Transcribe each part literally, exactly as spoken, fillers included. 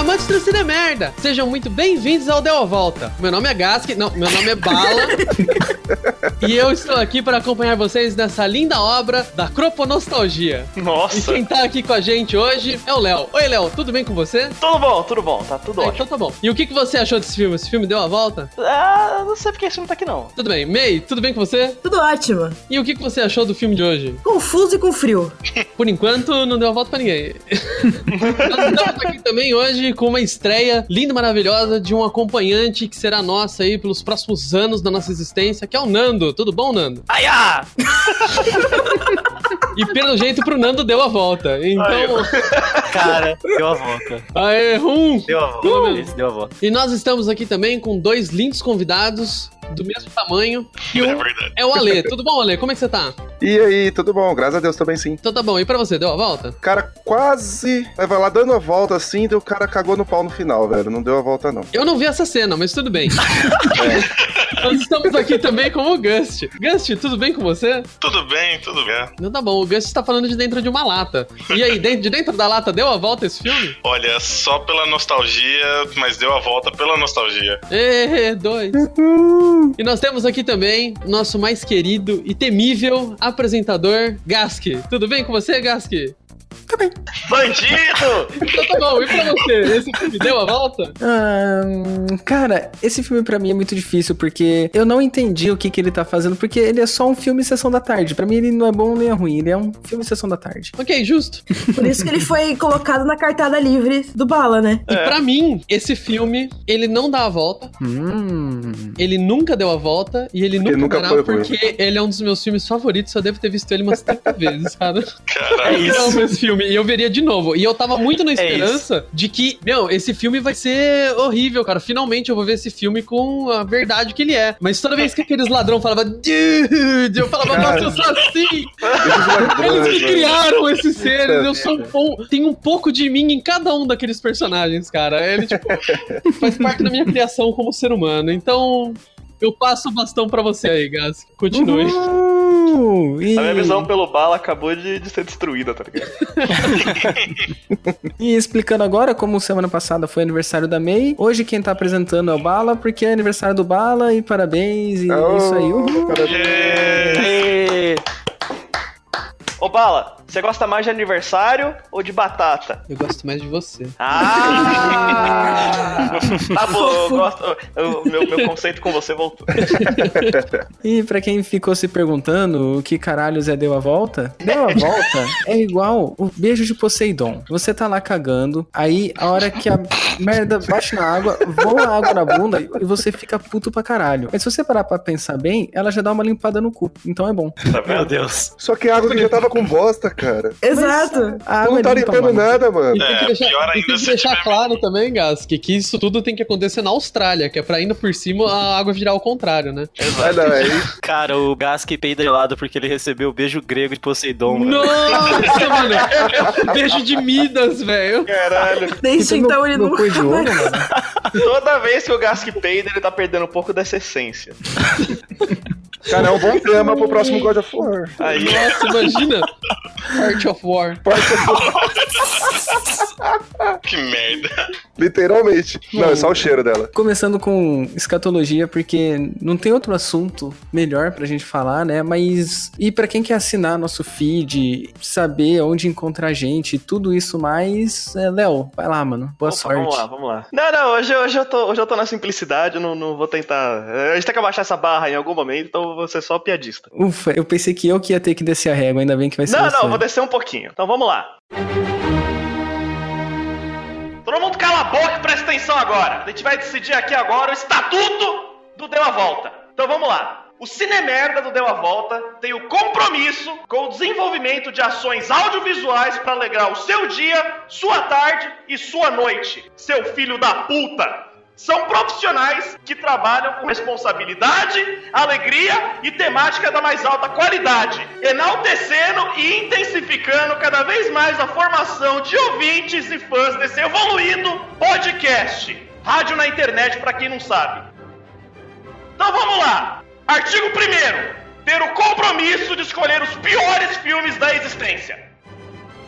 amantes do Cine Merda, sejam muito bem-vindos ao Deu a Volta. Meu nome é Gask, não, meu nome é Bala. E eu estou aqui para acompanhar vocês nessa linda obra da Croponostalgia. Nossa! E quem tá aqui com a gente hoje é o Léo. Oi, Léo, tudo bem com você? Tudo bom, tudo bom, tá tudo é, ótimo. Então tá bom. E o que, que você achou desse filme? Esse filme deu a volta? Ah, não sei porque esse filme tá aqui não. Tudo bem. May, tudo bem com você? Tudo ótimo. E o que, que você achou do filme de hoje? Confuso e com frio. Por enquanto, não deu a volta pra ninguém. Nós estamos aqui também hoje com uma estreia linda e maravilhosa de um acompanhante que será nossa aí pelos próximos anos da nossa existência, que é o Nando. Tudo bom, Nando? Aiá! E pelo jeito pro Nando deu a volta. Então... Cara, deu a volta. Aê, rum! Deu a volta. Uh! Esse deu a volta. E nós estamos aqui também com dois lindos convidados do mesmo tamanho. E um é, é o Ale. Tudo bom, Ale? Como é que você tá? E aí, tudo bom? Graças a Deus, tô bem sim. Então tá bom. E pra você, deu a volta? Cara, quase... Vai lá dando a volta assim, e o cara cagou no pau no final, velho. Não deu a volta, não. Eu não vi essa cena, mas tudo bem. É. Nós estamos aqui também com o Gust. Gust, tudo bem com você? Tudo bem, tudo bem. Não tá bom. O Gust tá falando de dentro de uma lata. E aí, de dentro da lata, deu a volta esse filme? Olha, só pela nostalgia, mas deu a volta pela nostalgia. Ê, dois. E nós temos aqui também nosso mais querido e temível apresentador, Gask. Tudo bem com você, Gask? Tá bem. Bandido! Então tá bom, e pra você? Esse filme deu a volta? Ah, cara, esse filme pra mim é muito difícil, porque eu não entendi o que, que ele tá fazendo, porque ele é só um filme Sessão da Tarde. Pra mim ele não é bom nem é ruim, ele é um filme Sessão da Tarde. Ok, justo. Por isso que ele foi colocado na cartada livre do Bala, né? E pra mim, esse filme, ele não dá a volta. Hum. Ele nunca deu a volta e ele nunca, ele nunca dará, porque ele é um dos meus filmes favoritos. Eu devo ter visto ele umas trinta vezes, sabe? Caralho. É isso. Eu amo esse filme e eu veria de novo. E eu tava muito na esperança é de que, meu, esse filme vai ser horrível, cara. Finalmente eu vou ver esse filme com a verdade que ele é. Mas toda vez que aqueles ladrões falavam, dude, eu falava, nossa, eu sou assim. Eles que criaram esses seres. Eu sou um, tem um pouco de mim em cada um daqueles personagens, cara. Ele, tipo, faz parte da minha criação como ser humano. Então... eu passo o bastão pra você aí, Gas. Continue. Uhul, e... A minha visão pelo Bala acabou de, de ser destruída, tá ligado? E explicando agora, como semana passada foi aniversário da May, hoje quem tá apresentando é o Bala, porque é aniversário do Bala, e parabéns, e oh, isso aí. Uhul. Yeah. Ô Bala, você gosta mais de aniversário ou de batata? Eu gosto mais de você. Ah! Tá bom, eu gosto. O meu, meu conceito com você voltou. E pra quem ficou se perguntando o que caralhos é Deu a Volta, Deu a Volta é igual o beijo de Poseidon. Você tá lá cagando, aí a hora que a merda bate na água, voa a água na bunda e você fica puto pra caralho. Mas se você parar pra pensar bem, ela já dá uma limpada no cu. Então é bom. Meu Deus. Só que a água que já tava com bosta, cara. Exato. A não tá limpando nada, mano. E tem que deixar, pior ainda e tem que se deixar tiver- claro também, Gas, que, que isso tudo tem que acontecer na Austrália, que é pra indo por cima a água virar ao contrário, né? Vai não, é isso. Cara, o Gask peida de lado porque ele recebeu o beijo grego de Poseidon. Mano. Nossa, mano! Beijo de Midas, velho. Caralho. Desde Então então ele não nunca foi de ouro, mais... mano. Toda vez que o Gask peida, ele tá perdendo um pouco dessa essência. Cara, é um bom tema pro próximo God of War. Aí, Nossa, imagina! Art of War. Que merda. Literalmente. Não, é só o cheiro dela. Começando com escatologia, porque não tem outro assunto melhor pra gente falar, né? Mas, e pra quem quer assinar nosso feed, saber onde encontrar a gente, tudo isso mais, é, Léo, vai lá, mano. Boa Opa, sorte. Vamos lá, vamos lá. Não, não, hoje, hoje, eu, tô, hoje eu tô na simplicidade, eu não, não vou tentar... A gente tem que abaixar essa barra em algum momento, então eu vou ser só piadista. Ufa, eu pensei que eu que ia ter que descer a régua, ainda bem que vai ser Não, você. não, vou descer um pouquinho. Então vamos lá. Todo mundo cala a boca e presta atenção agora. A gente vai decidir aqui agora o estatuto do Deu a Volta. Então vamos lá. O Cinemerda do Deu a Volta tem o compromisso com o desenvolvimento de ações audiovisuais para alegrar o seu dia, sua tarde e sua noite. Seu filho da puta! São profissionais que trabalham com responsabilidade, alegria e temática da mais alta qualidade, enaltecendo e intensificando cada vez mais a formação de ouvintes e fãs desse evoluído podcast. Rádio na internet, pra quem não sabe. Então vamos lá. Artigo primeiro. Ter o compromisso de escolher os piores filmes da existência.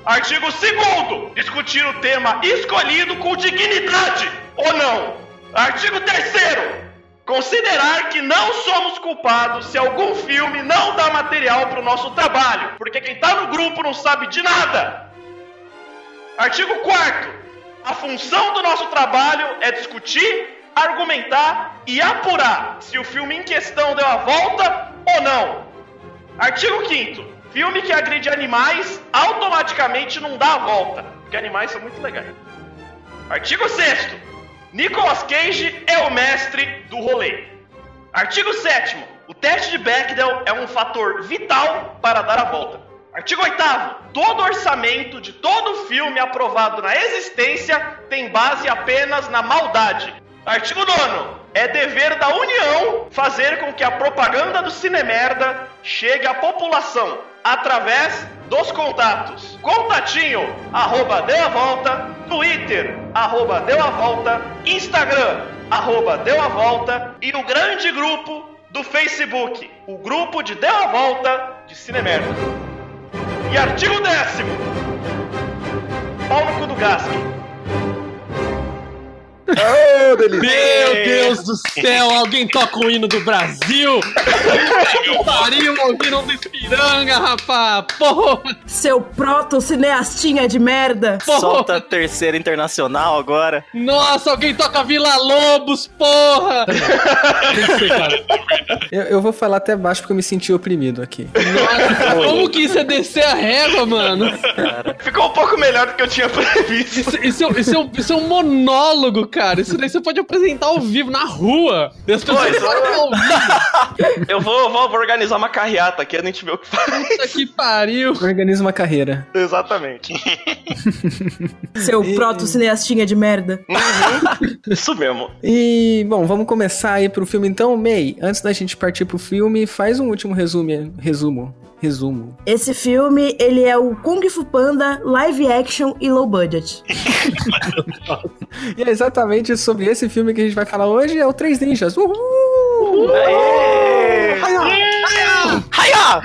Artigo segundo, discutir o tema escolhido com dignidade ou não. Artigo terceiro, considerar que não somos culpados se algum filme não dá material para o nosso trabalho, porque quem tá no grupo não sabe de nada. Artigo quarto, a função do nosso trabalho é discutir, argumentar e apurar se o filme em questão deu a volta ou não. Artigo quinto, filme que agride animais automaticamente não dá a volta, porque animais são muito legais. Artigo sexto, Nicolas Cage é o mestre do rolê. Artigo sétimo, o teste de Bechdel é um fator vital para dar a volta. Artigo oitavo, todo orçamento de todo filme aprovado na existência tem base apenas na maldade. Artigo nono, é dever da União fazer com que a propaganda do Cinemerda chegue à população através dos contatos. Contatinho, arroba deu a volta, Twitter, arroba deu a volta, Instagram, arroba deu a volta e o grande grupo do Facebook, o grupo de Deu a Volta de Cinemerda. E artigo décimo, pau no cu do Gask. Oh, delícia. Meu Deus do céu, alguém toca o hino do Brasil? Que pariu, ouviram do Ipiranga, rapá! Porra! Seu proto-cineastinha de merda. Porra. Solta a terceira internacional agora. Nossa, alguém toca Vila Lobos, porra! Não sei, cara. Eu, eu vou falar até baixo porque eu me senti oprimido aqui. Nossa, como que isso é descer a régua, mano? Ficou um pouco melhor do que eu tinha previsto. Isso, isso, é- isso, é um- isso é um monólogo, cara. Isso daí você pode apresentar ao vivo, na rua. E as pessoas Pois, podem ouvir. Eu vou, vou, vou organizar uma carreata aqui, a gente vê o que faz. Puta que pariu. Organiza uma carreira. Exatamente. Seu proto-cineastinha de merda. Isso mesmo. E, bom, vamos começar aí pro filme então. May, antes da gente partir pro filme, faz um último resumo. Resumo. Resumo. Esse filme, ele é o Kung Fu Panda live action e low budget. E é exatamente sobre esse filme que a gente vai falar hoje, é o Três Ninjas. Uhul! Aê! Haia!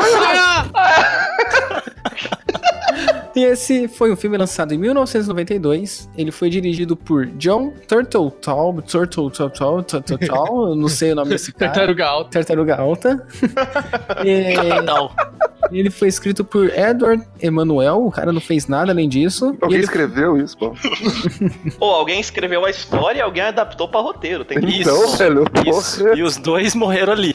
E esse foi um filme lançado em mil novecentos e noventa e dois. Ele foi dirigido por John Turteltaub, Turteltaub, Turteltaub, eu não sei o nome desse cara. Tartaruga Alta. Tartaruga Alta. E Não. ele foi escrito por Edward Emanuel, o cara não fez nada além disso. E Alguém ele escreveu isso, pô. Ou alguém escreveu a história e alguém adaptou pra roteiro. Tem que... Então, Isso. velho, Isso. porra. E os dois morreram ali.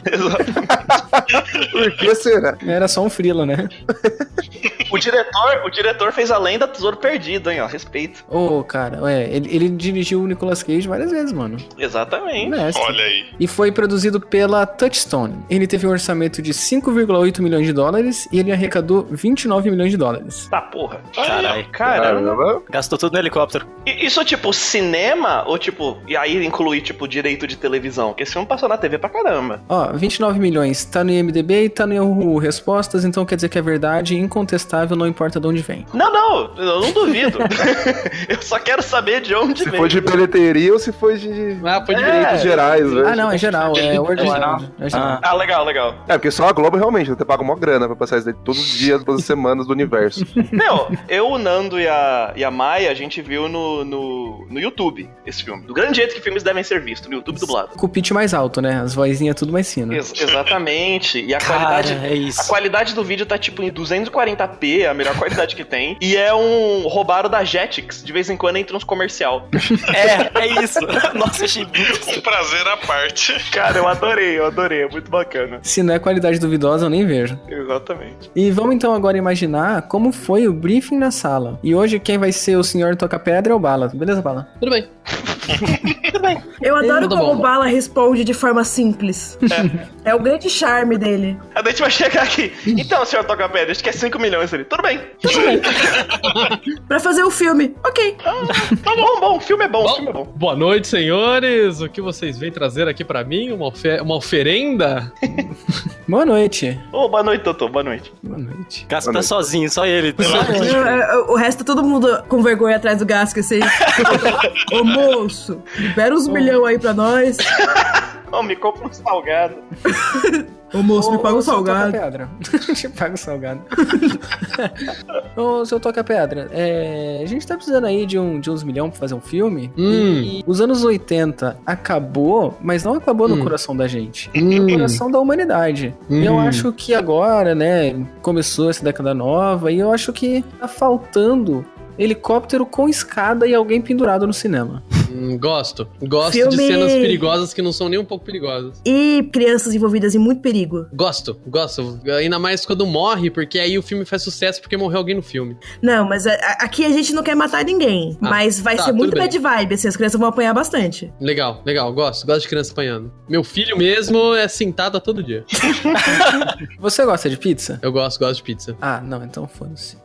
Por que será? era só um frila, né? O diretor, o diretor fez a lenda Tesouro Perdido, hein, ó. Respeito. Ô, cara, é, ele, ele dirigiu o Nicolas Cage várias vezes, mano. Exatamente. Mestre. Olha aí. E foi produzido pela Touchstone. Ele teve um orçamento de cinco vírgula oito milhões de dólares e ele arrecadou vinte e nove milhões de dólares. Tá, porra. Caralho. Caramba. Caramba. Gastou tudo no helicóptero. E isso, tipo, cinema ou, tipo, e aí incluir, tipo, direito de televisão? Porque esse filme passou na T V pra caramba. Ó, vinte e nove milhões tá no I M D B e tá no Yahoo Respostas, então quer dizer que é verdade, incontestável, não importa de onde vem. Não, não, eu não duvido. Eu só quero saber de onde Se vem. foi de bilheteria ou se foi de Ah, foi de É. direitos gerais, velho. Ah, não, é geral, é worldwide. geral. É geral. Ah, legal, legal. É, porque só a Globo realmente, você paga uma grana pra passar isso daí todos os dias, todas as semanas do universo. Meu, eu, o Nando e a, e a Maia, a gente viu no, no, no YouTube esse filme. Do grande jeito que filmes devem ser vistos, no YouTube dublado. Com o pitch mais alto, né? As vozinhas tudo mais fino. Ex- exatamente. E a Cara, qualidade. é A isso. qualidade do vídeo tá tipo em duzentos e quarenta p, é a melhor qualidade que tem. E é um roubaram da Jetix. De vez em quando entra uns comercial. É, é isso. Nossa, achei muito. Um prazer à parte. Cara, eu adorei, eu adorei. É muito bacana. Se não é qualidade duvidosa, eu nem vejo. Exatamente. E vamos então agora imaginar como foi o briefing na sala. E hoje quem vai ser o senhor Toca Pedra é o Bala. Beleza, Bala? Tudo bem. Eu adoro Tudo como bom. o Bala responde de forma simples. É, o grande charme dele. A gente vai chegar aqui. Então, senhor Toca Pedra, a gente quer cinco milhões ali. Tudo bem. Pra fazer o filme. Ok. Tá bom, bom. O filme é bom, o filme é bom. Boa noite, senhores. O que vocês vêm trazer aqui pra mim? Uma, ofe- uma oferenda? Boa noite. Ô, boa noite, Totô. Boa noite. Boa noite. Gaspa tá sozinho, só ele. O resto, todo mundo com vergonha atrás do Gask, assim. Ô, moço, libera uns milhão aí pra nós. Ô, me compra um salgado. Ô moço, me paga o seu salgado. Toca-pedra. Te paga o salgado. Ô, seu Toca-pedra, é, a gente tá precisando aí de, um, de uns milhões pra fazer um filme. Hum. E os anos oitenta acabou, mas não acabou no Hum. coração da gente. Hum. No coração da humanidade. Hum. E eu acho que agora, né, começou essa década nova e eu acho que tá faltando helicóptero com escada e alguém pendurado no cinema. Hum, gosto. Gosto Filme- de cenas perigosas que não são nem um pouco perigosas. E crianças envolvidas em muito perigo. Gosto, gosto. Ainda mais quando morre, porque aí o filme faz sucesso porque morreu alguém no filme. Não, mas a- a- aqui a gente não quer matar ninguém. Ah, mas vai tá, ser muito tudo bem. bad vibe, assim, as crianças vão apanhar bastante. Legal, legal. Gosto. Gosto de criança apanhando. Meu filho mesmo é sentado todo dia. Você gosta de pizza? Eu gosto, gosto de pizza. Ah, não, então foda-se.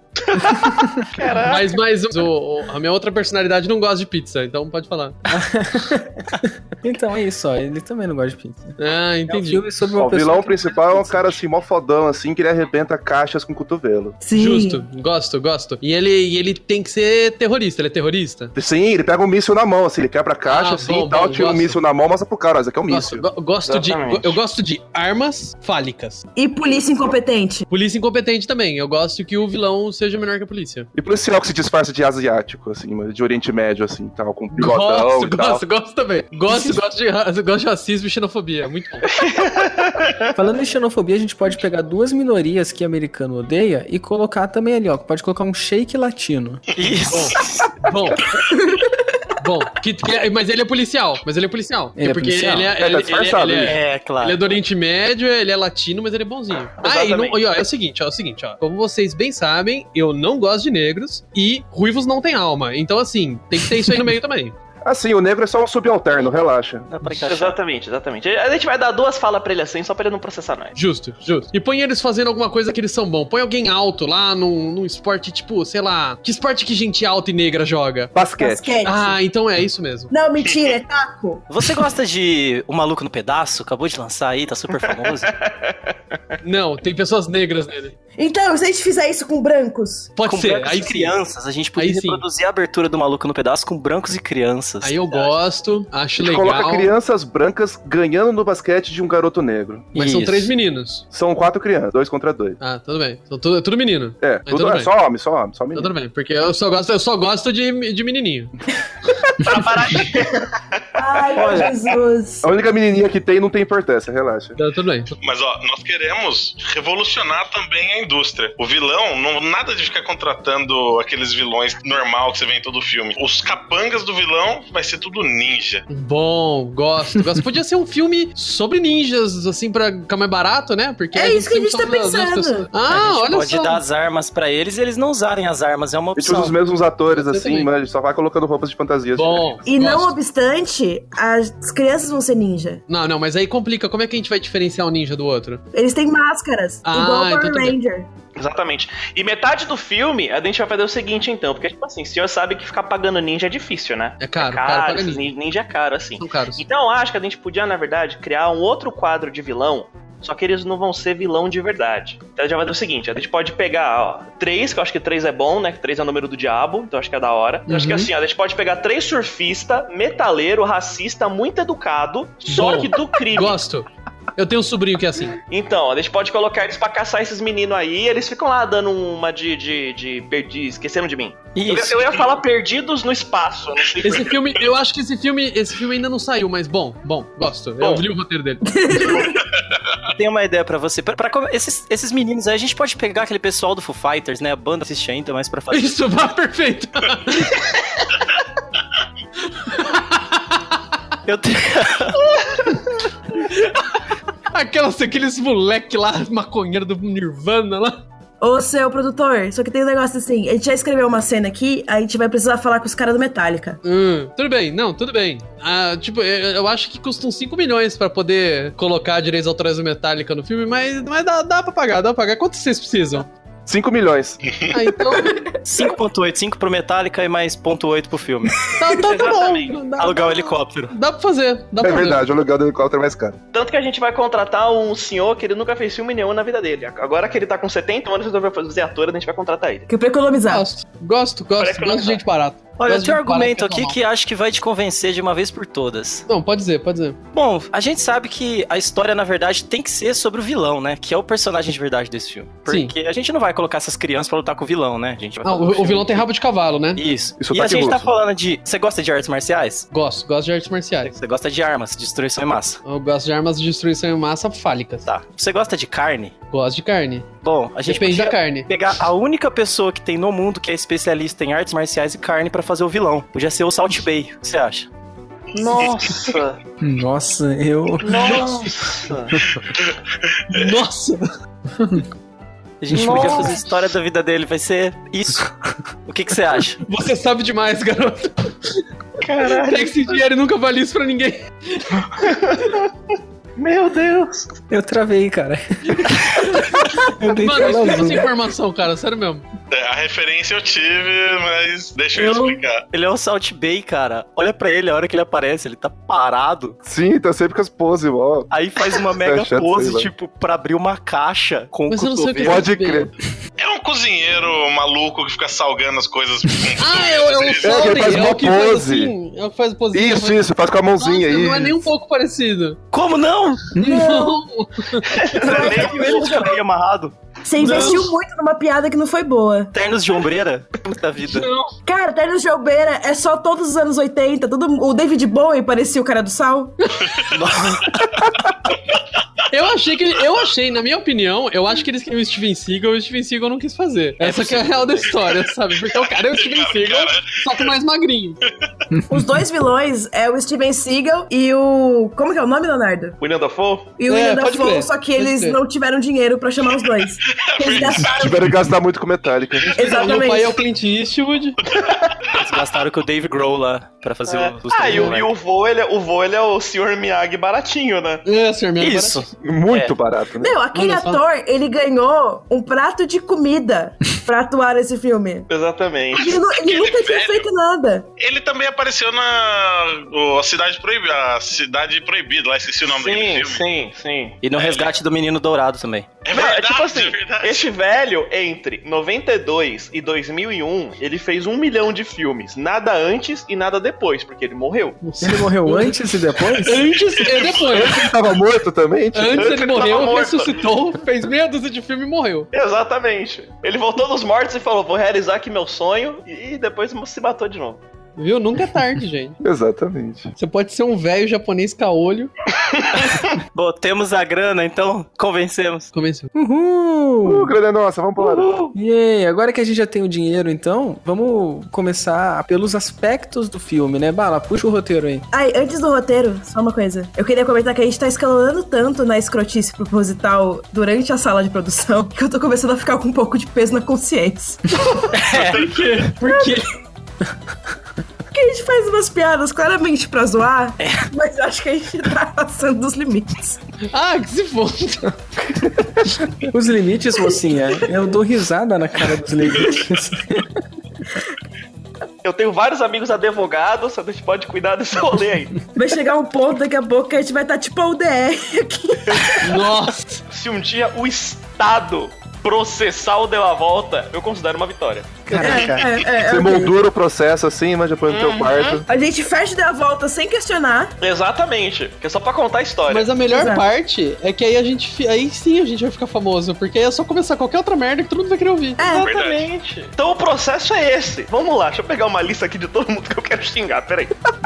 Mas, mas o- o- a minha outra personalidade não gosta de pizza, então pode falar. Então é isso, ó. Ele também não gosta de pizza. Ah, É um entendi. filme sobre Ó, uma o pessoa vilão que- principal é um cara assim, mó fodão, assim, que ele arrebenta caixas com o cotovelo. Sim. Justo, gosto, gosto. E ele, e ele tem que ser terrorista, ele é terrorista? Sim, ele pega um míssil na mão, assim, ele quebra a caixa, Ah, assim, bom, e tal, bom, tira um gosto. míssil na mão, mostra pro cara, ó, isso aqui é um Gosto, míssil. go- gosto de, Exatamente. eu gosto de armas fálicas. E polícia incompetente. Polícia incompetente também. Eu gosto que o vilão seja menor que a polícia. E policial que se disfarça de asiático, assim, mas de Oriente Médio, assim, tal, com bigodão Gosto, e tal. gosto, gosto também. Gosto, gosto de, ra- gosto de racismo e xenofobia. Muito bom. Falando em xenofobia, a gente pode pegar duas minorias que o americano odeia e colocar também ali, ó. Pode colocar um shake latino. Isso. Bom. Bom, que, que é- mas ele é policial. Mas ele é policial. Ele é porque policial? ele é, É, tá ele, ele, disfarçado, ele é, É, claro. ele é do Oriente Médio, ele é latino, mas ele é bonzinho. Ah, e, não, Exatamente. e ó, é o seguinte, ó, é o seguinte, ó. Como vocês bem sabem, eu não gosto de negros e ruivos não têm alma. Então, assim, tem que ter isso aí no meio também. Assim, o negro é só um subalterno, relaxa. Dá pra encaixar. Exatamente, exatamente. A gente vai dar duas falas pra ele assim, só pra ele não processar nós. Justo, justo. E põe eles fazendo alguma coisa que eles são bons. Põe alguém alto lá num, num esporte, tipo, sei lá. Que esporte que gente alta e negra joga? Basquete. Basquete. Ah, então é isso mesmo. Não, mentira, é taco. Você gosta de O Maluco no Pedaço? Acabou de lançar aí, tá super famoso. Não, tem pessoas negras nele. Então, se a gente fizer isso com brancos? Pode Com ser, brancos aí e sim. crianças. A gente podia Aí sim. reproduzir a abertura do Maluco no Pedaço com brancos e crianças. Aí eu gosto, acho A gente legal. coloca crianças brancas ganhando no basquete de um garoto negro. Mas são Isso. três meninos. São quatro crianças, dois contra dois. Ah, tudo bem. São tudo, é tudo menino. É, Mas tudo, tudo é bem. só homem, só homem, só Então menino. tudo bem, porque eu só gosto, eu só gosto de, de menininho. Ai, meu Jesus. A única menininha que tem não tem importância, relaxa. Então tudo bem. Mas ó, nós queremos revolucionar também a indústria. O vilão, não nada de ficar contratando aqueles vilões normal que você vê em todo o filme. Os capangas do vilão vai ser tudo ninja. Bom, gosto, gosto. Podia ser um filme sobre ninjas, assim, pra ficar mais barato, né? Porque É isso que a gente sempre tá são as mesmas pensando. pessoas. a Ah, gente olha pode só. dar as armas pra eles e eles não usarem as armas, é uma A gente usa opção. os mesmos atores, Você assim, também. mas a gente só vai colocando roupas de fantasia. Bom. E não gosto. obstante, as crianças vão ser ninja. Não, não, mas aí complica. Como é que a gente vai diferenciar um ninja do outro? Eles têm máscaras, Ah, igual o então Power tudo bem. Ranger. Exatamente. E metade do filme, a gente vai fazer o seguinte, então. Porque, tipo assim, o senhor sabe que ficar pagando ninja é difícil, né? É caro, é caro caro, paga esses ninja. ninja é caro, assim. São caros. Então, eu acho que a gente podia, na verdade, criar um outro quadro de vilão, só que eles não vão ser vilão de verdade. Então a gente vai fazer o seguinte, a gente pode pegar, ó, três, que eu acho que três é bom, né? Que três é o número do diabo, então eu acho que é da hora. Eu acho que Uhum. assim, ó, a gente pode pegar três surfista, metaleiro, racista, muito educado, só Bom, que do crime. Gosto. Eu tenho um sobrinho que é assim. Então, a gente pode colocar eles pra caçar esses meninos aí, e eles ficam lá dando uma de, de, de perdi, esqueceram de mim. Eu, Isso. eu ia falar perdidos no espaço, não sei Esse porquê. filme, eu acho que esse filme, esse filme ainda não saiu, mas bom, bom, gosto. Bom. Eu li o roteiro dele. Tenho uma ideia pra você. Pra, pra come- esses, esses meninos aí, a gente pode pegar aquele pessoal do Foo Fighters, né? A banda assiste ainda, mas pra fazer. Isso, vai perfeito. Eu tenho... Aquelas, aqueles moleque lá, maconheiro do Nirvana lá. Ô, seu produtor, só que tem um negócio assim, a gente já escreveu uma cena aqui, a gente vai precisar falar com os caras do Metallica. Hum, tudo bem, não, tudo bem. Ah, tipo, eu, eu acho que custa uns cinco milhões pra poder colocar direitos autorais do Metallica no filme, mas, mas dá, dá pra pagar, dá pra pagar. Quanto vocês precisam? cinco milhões. Ah, então. cinco ponto oito, cinco pro Metallica e mais ponto oito pro filme. Tá, tá, tá Exatamente. bom. Dá, Alugar o dá- helicóptero. Dá pra fazer, dá pra É fazer. verdade, o aluguel do helicóptero é mais caro. Tanto que a gente vai contratar um senhor que ele nunca fez filme nenhum na vida dele. Agora que ele tá com setenta anos e resolveu fazer ator, a gente vai contratar ele. Que é pra economizar. Gosto, gosto, gosto, Parece que gosto não de gente barata. Olha, Gosto eu tenho um de parar argumento e aqui reclamar. que acho que vai te convencer de uma vez por todas. Não, pode dizer, pode dizer. Bom, a gente sabe que a história, na verdade, tem que ser sobre o vilão, né? Que é o personagem de verdade desse filme. Sim. Porque a gente não vai colocar essas crianças pra lutar com o vilão, né? A gente vai Não, fazer um o, o filme vilão tem que- rabo de cavalo, né? Isso. Isso E a tá gente tá russo. falando de... Você gosta de artes marciais? Gosto, gosto de artes marciais. Você gosta de armas, destruição em massa? Eu gosto de armas de destruição em massa fálicas. Tá. Você gosta de carne? Gosto de carne. Bom, a gente Depende podia da carne. pegar a única pessoa que tem no mundo que é especialista em artes marciais e carne pra fazer o vilão. Podia ser o Salt Bay. O que você acha? Nossa! Nossa, eu. Nossa! Nossa! A gente Nossa. podia fazer a história da vida dele. Vai ser isso. O que, que você acha? Você sabe demais, garoto. Caralho! Pega esse dinheiro e nunca vale isso pra ninguém. Meu Deus! Eu travei, cara. eu dei Mano, tela explica azul. essa informação, cara. Sério mesmo. É, a referência eu tive, mas deixa eu, Eu- explicar. Ele é o Salt Bay, cara. Olha pra ele, a hora que ele aparece, ele tá parado. Sim, tá sempre com as poses igual. Aí faz uma mega chato, pose, sei lá. tipo, pra abrir uma caixa com o Mas eu não sei o que cotovelo. Pode crer. É um cozinheiro maluco que fica salgando as coisas com Ah, é, o- é o É, Salden. que faz É uma o que faz pose. assim. É o que faz posinha. Isso, faz... isso, faz com a mãozinha Nossa, aí. não é nem um pouco parecido. Como não? Não. Nem viu ele de cabelo amarrado. Você investiu muito numa piada que não foi boa. Ternos de ombreira. Puta vida. Cara, Ternos de Albeira é só todos os anos oitenta. Todo, o David Bowie parecia o cara do sal. Eu achei que ele- eu achei, na minha opinião, eu acho que eles queriam o Steven Seagal e o Steven Seagal não quis fazer. Essa que é a real da história, sabe? Porque o cara é o Steven Seagal, só que mais magrinho. Os dois vilões é o Steven Seagal e o... Como que é o nome, Leonardo? William Dafoe? E o É, William pode Dafoe, crer, só que pode eles crer. não tiveram dinheiro pra chamar os dois. Eles gastaram... Tiveram que gastar muito com Metallica. E o pai é o Exatamente. Clint Eastwood. Eles gastaram com o Dave Grohl lá pra fazer É. o... os Ah, e o, né? e o voo, ele, é- o voo, ele é o senhor Miyagi baratinho, né? É, senhor Miyagi. Isso. Muito É. barato, né? Meu, aquele Olha só. ator, ele ganhou um prato de comida pra atuar nesse filme. Exatamente. Ele, nu- ele nunca tinha velho. feito nada. Ele também apareceu na o- a Cidade Proibida, a Cidade Proibida, lá esqueci o nome Sim, daquele filme. sim, sim. E no resgate do Menino Dourado também. É Não, verdade, é tipo assim, é verdade. este velho, entre noventa e dois e dois mil e um, ele fez um milhão de filmes. Nada antes e nada depois, porque ele morreu. Ele morreu antes e depois? Antes e depois. Ele tava morto também? tipo? Antes ele Ele tava morreu, morto. ressuscitou, fez meia dúzia de filme e morreu. Exatamente. Ele voltou dos mortos e falou, vou realizar aqui meu sonho, e depois se matou de novo. Viu? Nunca é tarde, gente. Exatamente. Você pode ser um velho japonês caolho. Bom, temos a grana, então convencemos. Convenceu. Uhul! Uh, grande é nossa, vamos embora. E aí, agora que a gente já tem o dinheiro, então, vamos começar pelos aspectos do filme, né? Bala, puxa o roteiro aí. Ai, antes do roteiro, só uma coisa. Eu queria comentar que a gente tá escalonando tanto na escrotice proposital durante a sala de produção que eu tô começando a ficar com um pouco de peso na consciência. Por quê? Por quê? Porque a gente faz umas piadas claramente pra zoar, mas eu acho que a gente tá passando dos limites. Ah, que se foda. Os limites, mocinha, eu dou risada na cara dos limites. Eu tenho vários amigos advogados, a gente pode cuidar desse rolê aí. Vai chegar um ponto daqui a pouco que a gente vai estar tipo a U D R aqui. Nossa. Se um dia o Estado processar o Deu a Volta, eu considero uma vitória. Caraca. É, é, é, Você ok. moldura o processo assim, mas depois no teu quarto. A gente fecha e dá a volta sem questionar. Exatamente, que é só pra contar a história. Mas a melhor Exato. parte é que aí a gente. fi- Aí sim a gente vai ficar famoso. Porque aí é só começar qualquer outra merda que todo mundo vai querer ouvir. É, Exatamente. Então o processo é esse. Vamos lá, deixa eu pegar uma lista aqui de todo mundo que eu quero xingar, peraí.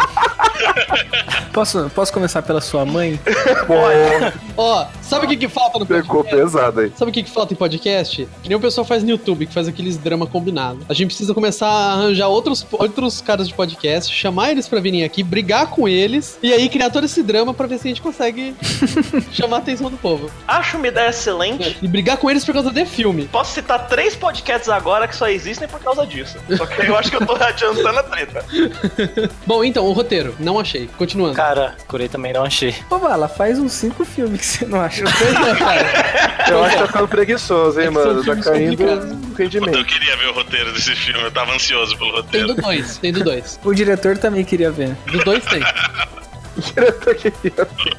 Posso, posso começar pela sua mãe? Pô, Ó, sabe o que que falta no pegou podcast? pesado aí. Sabe o que que falta em podcast? Que nem o pessoal faz no YouTube, que faz aqueles drama combinado. A gente precisa começar a arranjar outros, outros caras de podcast, chamar eles pra virem aqui, brigar com eles, e aí criar todo esse drama pra ver se a gente consegue chamar a atenção do povo. Acho uma ideia excelente. E brigar com eles por causa de filme. Posso citar três podcasts agora que só existem por causa disso. Só que eu acho que eu tô adiantando a treta. Bom, então, o roteiro. Não achei. Continuando. Cara, curei também não achei. Ô, Bala, faz uns cinco filmes que você não acha. Pois é, cara. Eu acho que tá ficando preguiçoso, hein, É que são mano? Tá filmes caindo complicados. o Puta, rendimento. eu queria ver o roteiro desse filme, eu tava ansioso pelo Tem roteiro. do dois, tem do dois. O diretor também queria ver. Do dois tem. Eu queria ver.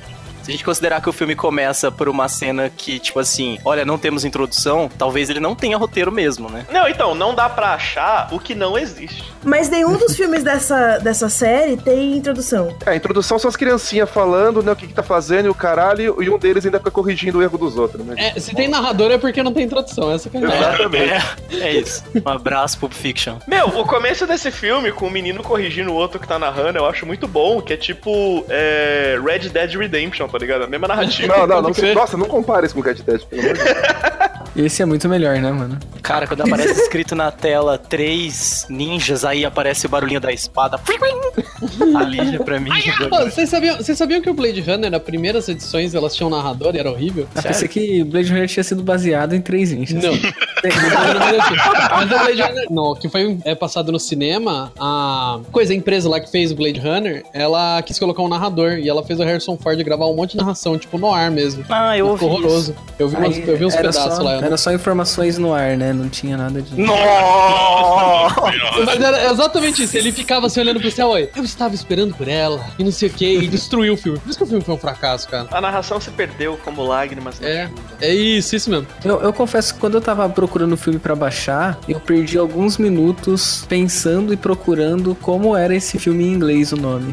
Se a gente considerar que o filme começa por uma cena que, tipo assim, olha, não temos introdução, talvez ele não tenha roteiro mesmo, né? Não, então, não dá pra achar o que não existe. Mas nenhum dos filmes dessa, dessa série tem introdução. É, a introdução são as criancinhas falando, né, o que que tá fazendo e o caralho, e um deles ainda fica corrigindo o erro dos outros, né? É, se tem narrador é porque não tem introdução, essa que é a verdade. Exatamente. É, é isso. Um abraço, Pulp Fiction. Meu, o começo desse filme, com o menino corrigindo o outro que tá narrando, eu acho muito bom, que é tipo é, Red Dead Redemption, tá ligado? A mesma narrativa. Não, não, não. Nossa, não compara isso com o Red Dead, pelo amor de Deus. Esse é muito melhor, né, mano? Cara, quando aparece escrito na tela três ninjas, aí aparece o barulhinho da espada. Ali já pra mim. Pô, vocês sabiam, vocês sabiam que o Blade Runner, nas primeiras edições, elas tinham um narrador e era horrível? Eu pensei que Blade Runner tinha sido baseado em três ninjas. Não. Mas o Blade Runner, não, que foi é, passado no cinema, a coisa, a empresa lá que fez o Blade Runner, ela quis colocar um narrador e ela fez o Harrison Ford gravar um monte de narração, tipo no ar mesmo. Ah, eu ouvi horroroso. isso. Eu vi, umas, Aí, eu vi uns era pedaços só, lá. Era só informações no ar, né? Não tinha nada de... Nossa! Mas era exatamente isso. Ele ficava assim olhando pro céu, olha, eu estava esperando por ela e não sei o que, e destruiu o filme. Por isso que o filme foi um fracasso, cara. A narração se perdeu como lágrimas. É, é isso, isso mesmo. Eu, eu confesso que quando eu tava procurando o filme pra baixar, eu perdi alguns minutos pensando e procurando como era esse filme em inglês, o nome.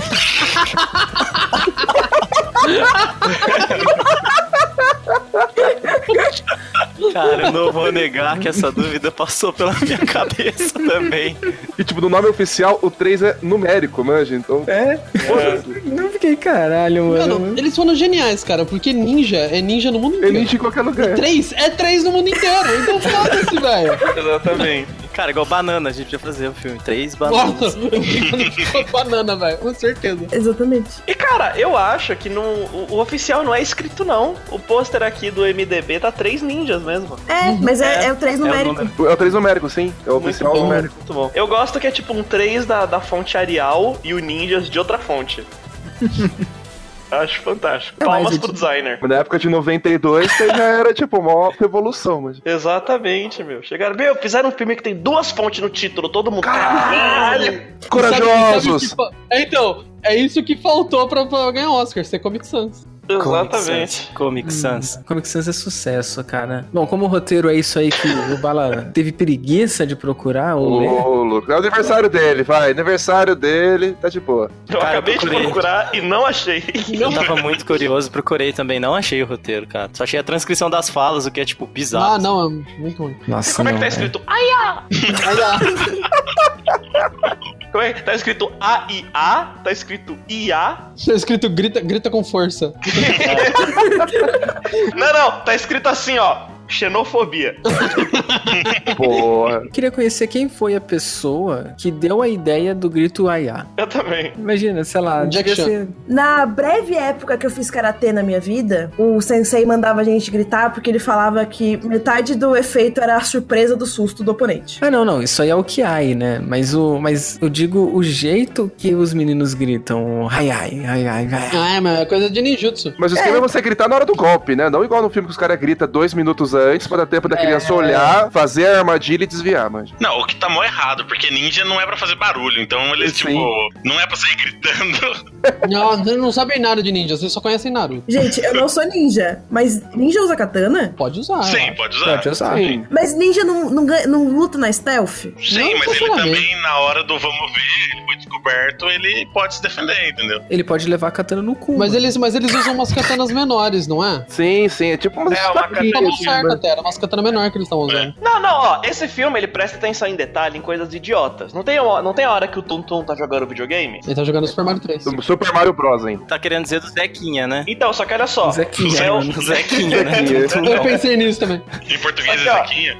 Cara, eu não vou negar que essa dúvida passou pela minha cabeça também. E tipo, no nome oficial, o três é numérico, manja, então... É? Não fiquei caralho, mano. Mano, eles foram geniais, cara, porque ninja é ninja no mundo É inteiro. ninja em qualquer lugar. Três é três no mundo inteiro, então foda-se, velho. Exatamente. Cara, igual banana, a gente podia fazer o filme. Três bananas. Nossa, banana, velho, com certeza. Exatamente. E cara, eu acho que no, o, o oficial não é escrito não. O pôster aqui do M D B tá três ninjas mesmo. É, mas é, é o três É o numérico. número. É o três numérico, sim. É o Muito oficial bom, numérico. muito bom. Eu gosto que é tipo um três da, da fonte Arial e o ninjas de outra fonte. Acho fantástico. É, mas Palmas eu pro te- designer. Na época de noventa e dois, você já era, tipo, uma revolução, mas... Exatamente, meu. Chegaram, meu, fizeram um filme que tem duas fontes no título, todo mundo. Caralho! Corajosos! Sabe- sabe o que fa- é, então, é isso que faltou pra, pra ganhar Oscar, ser Comic Sans. Exatamente. Comic Sans. Comic Sans é sucesso, cara. Bom, como o roteiro é isso aí que o Bala teve preguiça de procurar ou ler... Ô, louco. É o aniversário dele, vai. Aniversário dele, tá de boa. Eu Cara, acabei eu de procurei. procurar e não achei. Eu tava muito curioso, procurei também, não achei o roteiro, cara. Só achei a transcrição das falas, o que é, tipo, bizarro. Ah, não, é muito ruim. Nossa, Como é que não, tá é. escrito? Aia! Como é que tá escrito A I A? Tá escrito I A? Tá escrito grita, grita com força. Não, não, tá escrito assim, ó. Xenofobia. Porra. Eu queria conhecer quem foi a pessoa que deu a ideia do grito Aiá. Eu também. Imagina, sei lá, Jack devia Chan. ser... Na breve época que eu fiz karatê na minha vida, o sensei mandava a gente gritar porque ele falava que metade do efeito era a surpresa do susto do oponente. Ah, não, não, isso aí é o Kiai, né? Mas, o, mas eu digo o jeito que os meninos gritam, ai, ai, ai, ai, ai. Ah, é, mas é coisa de ninjutsu. Mas o esquema é você gritar na hora do golpe, né? Não igual no filme que os caras gritam dois minutos antes pra dar tempo da criança olhar, fazer a armadilha e desviar, manja. Não, o que tá mó errado, porque ninja não é pra fazer barulho, então eles, Sim. tipo, não é pra sair gritando. Não, vocês não sabem nada de ninja, vocês só conhecem Naruto. Gente, eu não sou ninja, mas ninja usa katana? Pode usar. Sim, ó. pode usar. Pode usar. Sim. Mas ninja não, não, ganha- não luta na stealth? Sim, Não mas ele necessariamente. também, na hora do vamos ver, ele foi descoberto, ele pode se defender, entendeu? Ele pode levar a katana no cu. Mas mano. eles, mas eles usam umas katanas menores, não é? Sim, sim. É tipo umas É, uma estacas, Tá assim, certo né? até, era umas katanas menores que eles estão usando. Não, não, ó, esse filme ele presta atenção em detalhe em coisas idiotas. Não tem, uma- não tem a hora que o Tum Tum tá jogando videogame? Ele tá jogando Super Mario três. Do Super Mario Bros, hein? Tá querendo dizer do Zequinha, né? Então, só que olha só. Zequinha, é o- O Zequinha, né? Zequinha. Tum, tum, Eu não. pensei nisso também. Em português Aqui, é ó. Zequinha.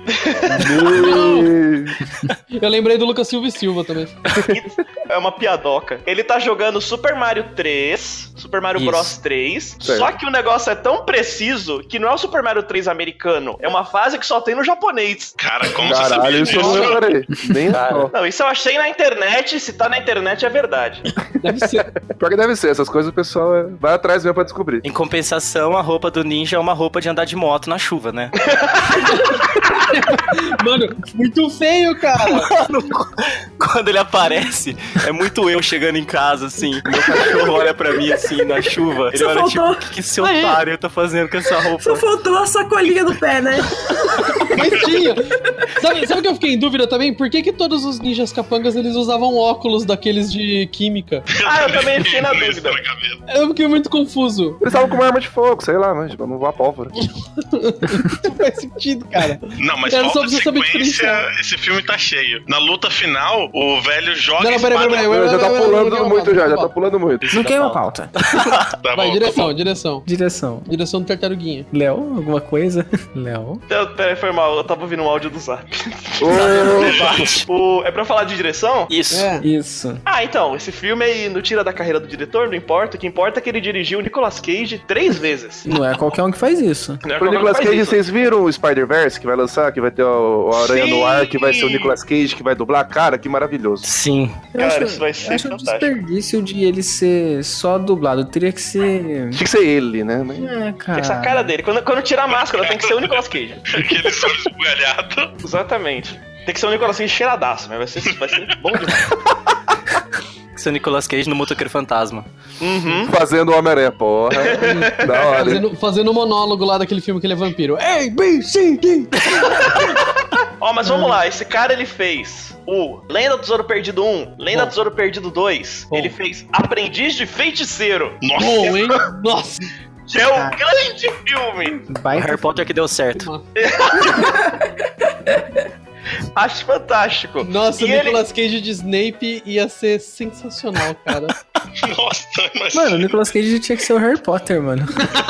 Eu lembrei do Lucas Silva e Silva também. É uma piadoca. Ele tá jogando Super Mario três, Super Mario Isso. Bros três, Certo. só que o negócio é tão preciso que não é o Super Mario três americano, é uma fase que só tem no japonês. Cara, como Caralho, você isso eu sabia não disso? reparei. Nem Cara. só. Não, isso eu achei na internet, se tá na internet é verdade. Deve ser. Pior que deve ser, essas coisas o pessoal é- vai atrás mesmo pra descobrir. Em compensação, a roupa do ninja é uma roupa de andar de moto na chuva, né? Mano, muito feio, cara. quando ele aparece, é muito eu chegando em casa, assim. Meu cachorro olha pra mim, assim, na chuva. Ele Só olha, faltou. tipo, o que, que esse Ah, é? otário tá fazendo com essa roupa? Só faltou a sacolinha do pé, né? Mas tinha. Sabe, sabe o que eu fiquei em dúvida também? Por que que todos os ninjas capangas, eles usavam óculos daqueles de química? Ah, eu também fiquei na Isso dúvida. na cabeça. Eu fiquei muito confuso. Eles estavam com uma arma de fogo, sei lá, mas tipo, não voar pólvora. Não faz sentido, cara. Não, mas Era só falta pra você saber sequência, diferenciar. esse filme tá cheio. Na luta final, o velho joga Não, não, peraí, espada- peraí, peraí. Já tá vai, vai, pulando vai, vai, muito vai, já, vai, já vai. tá pulando muito. Não queima a pauta. Tá Vai, bom, direção, tá bom. direção. Direção. Direção do Tartaruguinha. Léo, alguma coisa? Léo? Então, peraí, foi mal, eu tava ouvindo um áudio do Zap. Ô, O, é pra falar de direção? Isso. É. Isso. Ah, então, esse filme aí não tira da carreira do diretor, não importa. O que importa é que ele dirigiu o Nicolas Cage três vezes. Não é qualquer um que faz isso. Não é Pro qualquer um Nicolas que faz Cage, isso. vocês viram o Spider-Verse que vai lançar? Que vai ter o, o Aranha Sim! no Ar, que vai ser o Nicolas Cage, que vai dublar? Cara, que maravilhoso. Sim. Eu Cara, acho, isso vai ser acho um fantástico. desperdício de ele ser só dublado. Teria que ser. Tinha que ser ele, né? Mas- É, cara. Tem que ser a cara dele. Quando, quando tirar a máscara, tem que ser o Nicolas Cage. Aqueles olhos esbugalhados. Exatamente. Tem que ser o Nicolas Cage cheiradaço, mas vai ser, vai ser bom demais. Seu Nicolas Cage no Motoqueiro Fantasma. Uhum. Fazendo o Homem-Aranha, porra. Da hora. hein? Fazendo, fazendo o monólogo lá daquele filme que ele é vampiro. A, B, C, D. Ó, mas vamos lá, esse cara ele fez o Lenda do Tesouro Perdido um, Lenda Bom. do Tesouro Perdido dois, Bom. ele fez Aprendiz de Feiticeiro, Nossa, Bom, hein? Nossa. que é um grande filme. O Baita Harry Potter que deu certo. Acho fantástico. Nossa, E o ele- Nicolas Cage de Snape ia ser sensacional, cara. nossa, mas... Mano, o Nicolas Cage tinha que ser o Harry Potter, mano.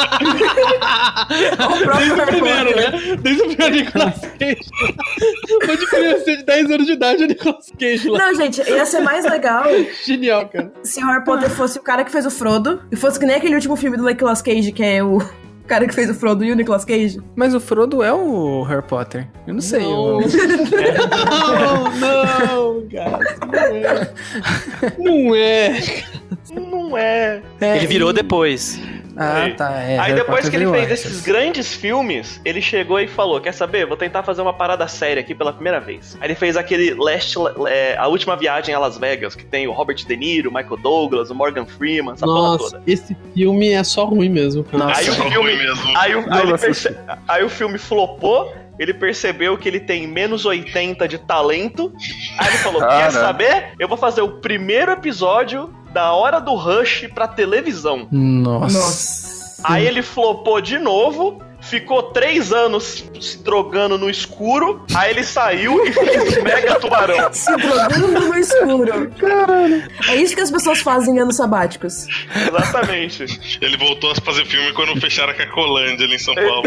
O próprio Harry Primeiro, Potter. né? Desde o primeiro Nicolas Cage. Uma criança de dez anos de idade, o Nicolas Cage lá. Não, gente, ia ser mais legal Genial, cara. se o Harry Potter fosse o cara que fez o Frodo e fosse que nem aquele último filme do Nicolas Cage, que é o cara que fez o Frodo e o Nicolas Cage. Mas o Frodo é o Harry Potter. Eu não sei. Não, eu- não, não, cara. Não é. Não é. É, Ele virou depois. Ah, tá. É, Aí Harry depois Potter que ele veio fez antes. esses grandes filmes, ele chegou e falou, quer saber? Vou tentar fazer uma parada séria aqui pela primeira vez. Aí ele fez aquele Last, é, A Última Viagem a Las Vegas, que tem o Robert De Niro, o Michael Douglas, o Morgan Freeman, essa porra Nossa, toda. esse filme é só ruim mesmo, cara. Nossa. Aí o Só filme, ruim mesmo. aí, o, aí, Não, ele não perce- assisti. aí o filme flopou, ele percebeu que ele tem menos oitenta de talento. Aí ele falou, Cara. quer saber? Eu vou fazer o primeiro episódio da Hora do Rush pra televisão. Nossa. Nossa. Aí ele flopou de novo, ficou três anos se drogando no escuro, aí ele saiu e fez Mega Tubarão. Se drogando no escuro. Caralho. É isso que as pessoas fazem em anos sabáticos. Exatamente. Ele voltou a fazer filme quando fecharam a Cacolândia ali em São Paulo.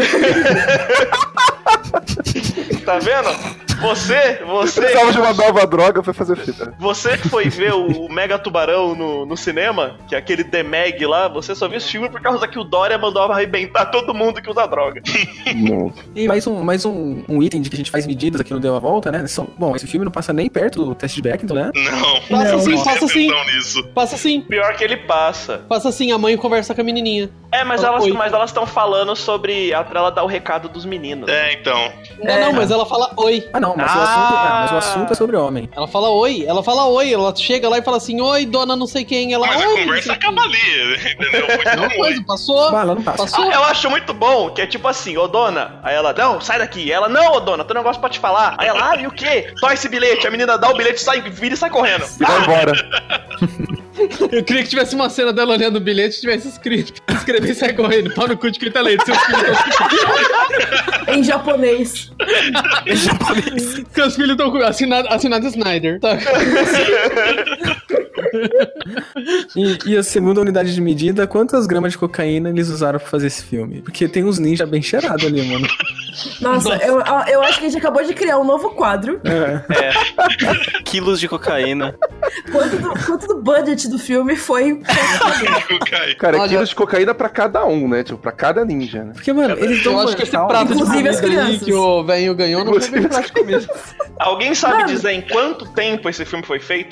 Tá vendo? Você, você, Precisava de uma nova droga pra fazer fita. você que foi ver o Mega Tubarão no, no cinema, que é aquele The Meg lá, você só viu esse filme por causa que o Dória mandou arrebentar todo mundo que usa droga. Não. E mais um, mais um, um item de que a gente faz medidas aqui no Deu a Volta, né? São, bom, esse filme não passa nem perto do teste de Bechdel, né? Não, Passa não sim, prestei passa sim. atenção nisso. Passa assim, Pior que ele passa. passa assim, a mãe conversa com a menininha. É, mas Oi. elas mas elas estão falando sobre a pra ela dar o recado dos meninos. É, então. Não, É. não, mas ela fala oi. Ah, não, mas, Ah. o assunto, ah, mas o assunto é sobre homem. Ela fala oi, ela fala oi, ela chega lá e fala assim, oi, dona não sei quem, ela, Mas a oi, conversa não sei acaba ali, entendeu? Foi quem. Não, tão coisa, ruim. passou, Bah, lá não passa. passou. Ah, eu acho muito bom, que é tipo assim, ô dona, aí ela, não, sai daqui. Ela, não, ô dona, tem um negócio pra te falar. Aí ela, ah, e o quê? Só esse bilhete. A menina dá o bilhete, sai, vira e sai correndo. E vai embora. Eu queria que tivesse uma cena dela olhando o bilhete e tivesse escrito, escrever e sai correndo, pau no cu de quem tá lendo, seus filhos tão... Em japonês. seus filhos estão assinado, assinado Snyder, tá? E, e a segunda unidade de medida, quantas gramas de cocaína eles usaram pra fazer esse filme? Porque tem uns ninja bem cheirados ali, mano. Nossa, Eu, eu acho que a gente acabou de criar um novo quadro. É. Quilos de cocaína. Quanto do, quanto do budget do filme foi. Cai. Cara, é Olha- quilos de cocaína pra cada um, né? Tipo, pra cada ninja, né? Porque, mano, eles dão Eu uma acho que esse calma. prato de Inclusive as comida aí crianças. que o velho ganhou não foi bem prato de comida. Alguém sabe Mano. dizer em quanto tempo esse filme foi feito?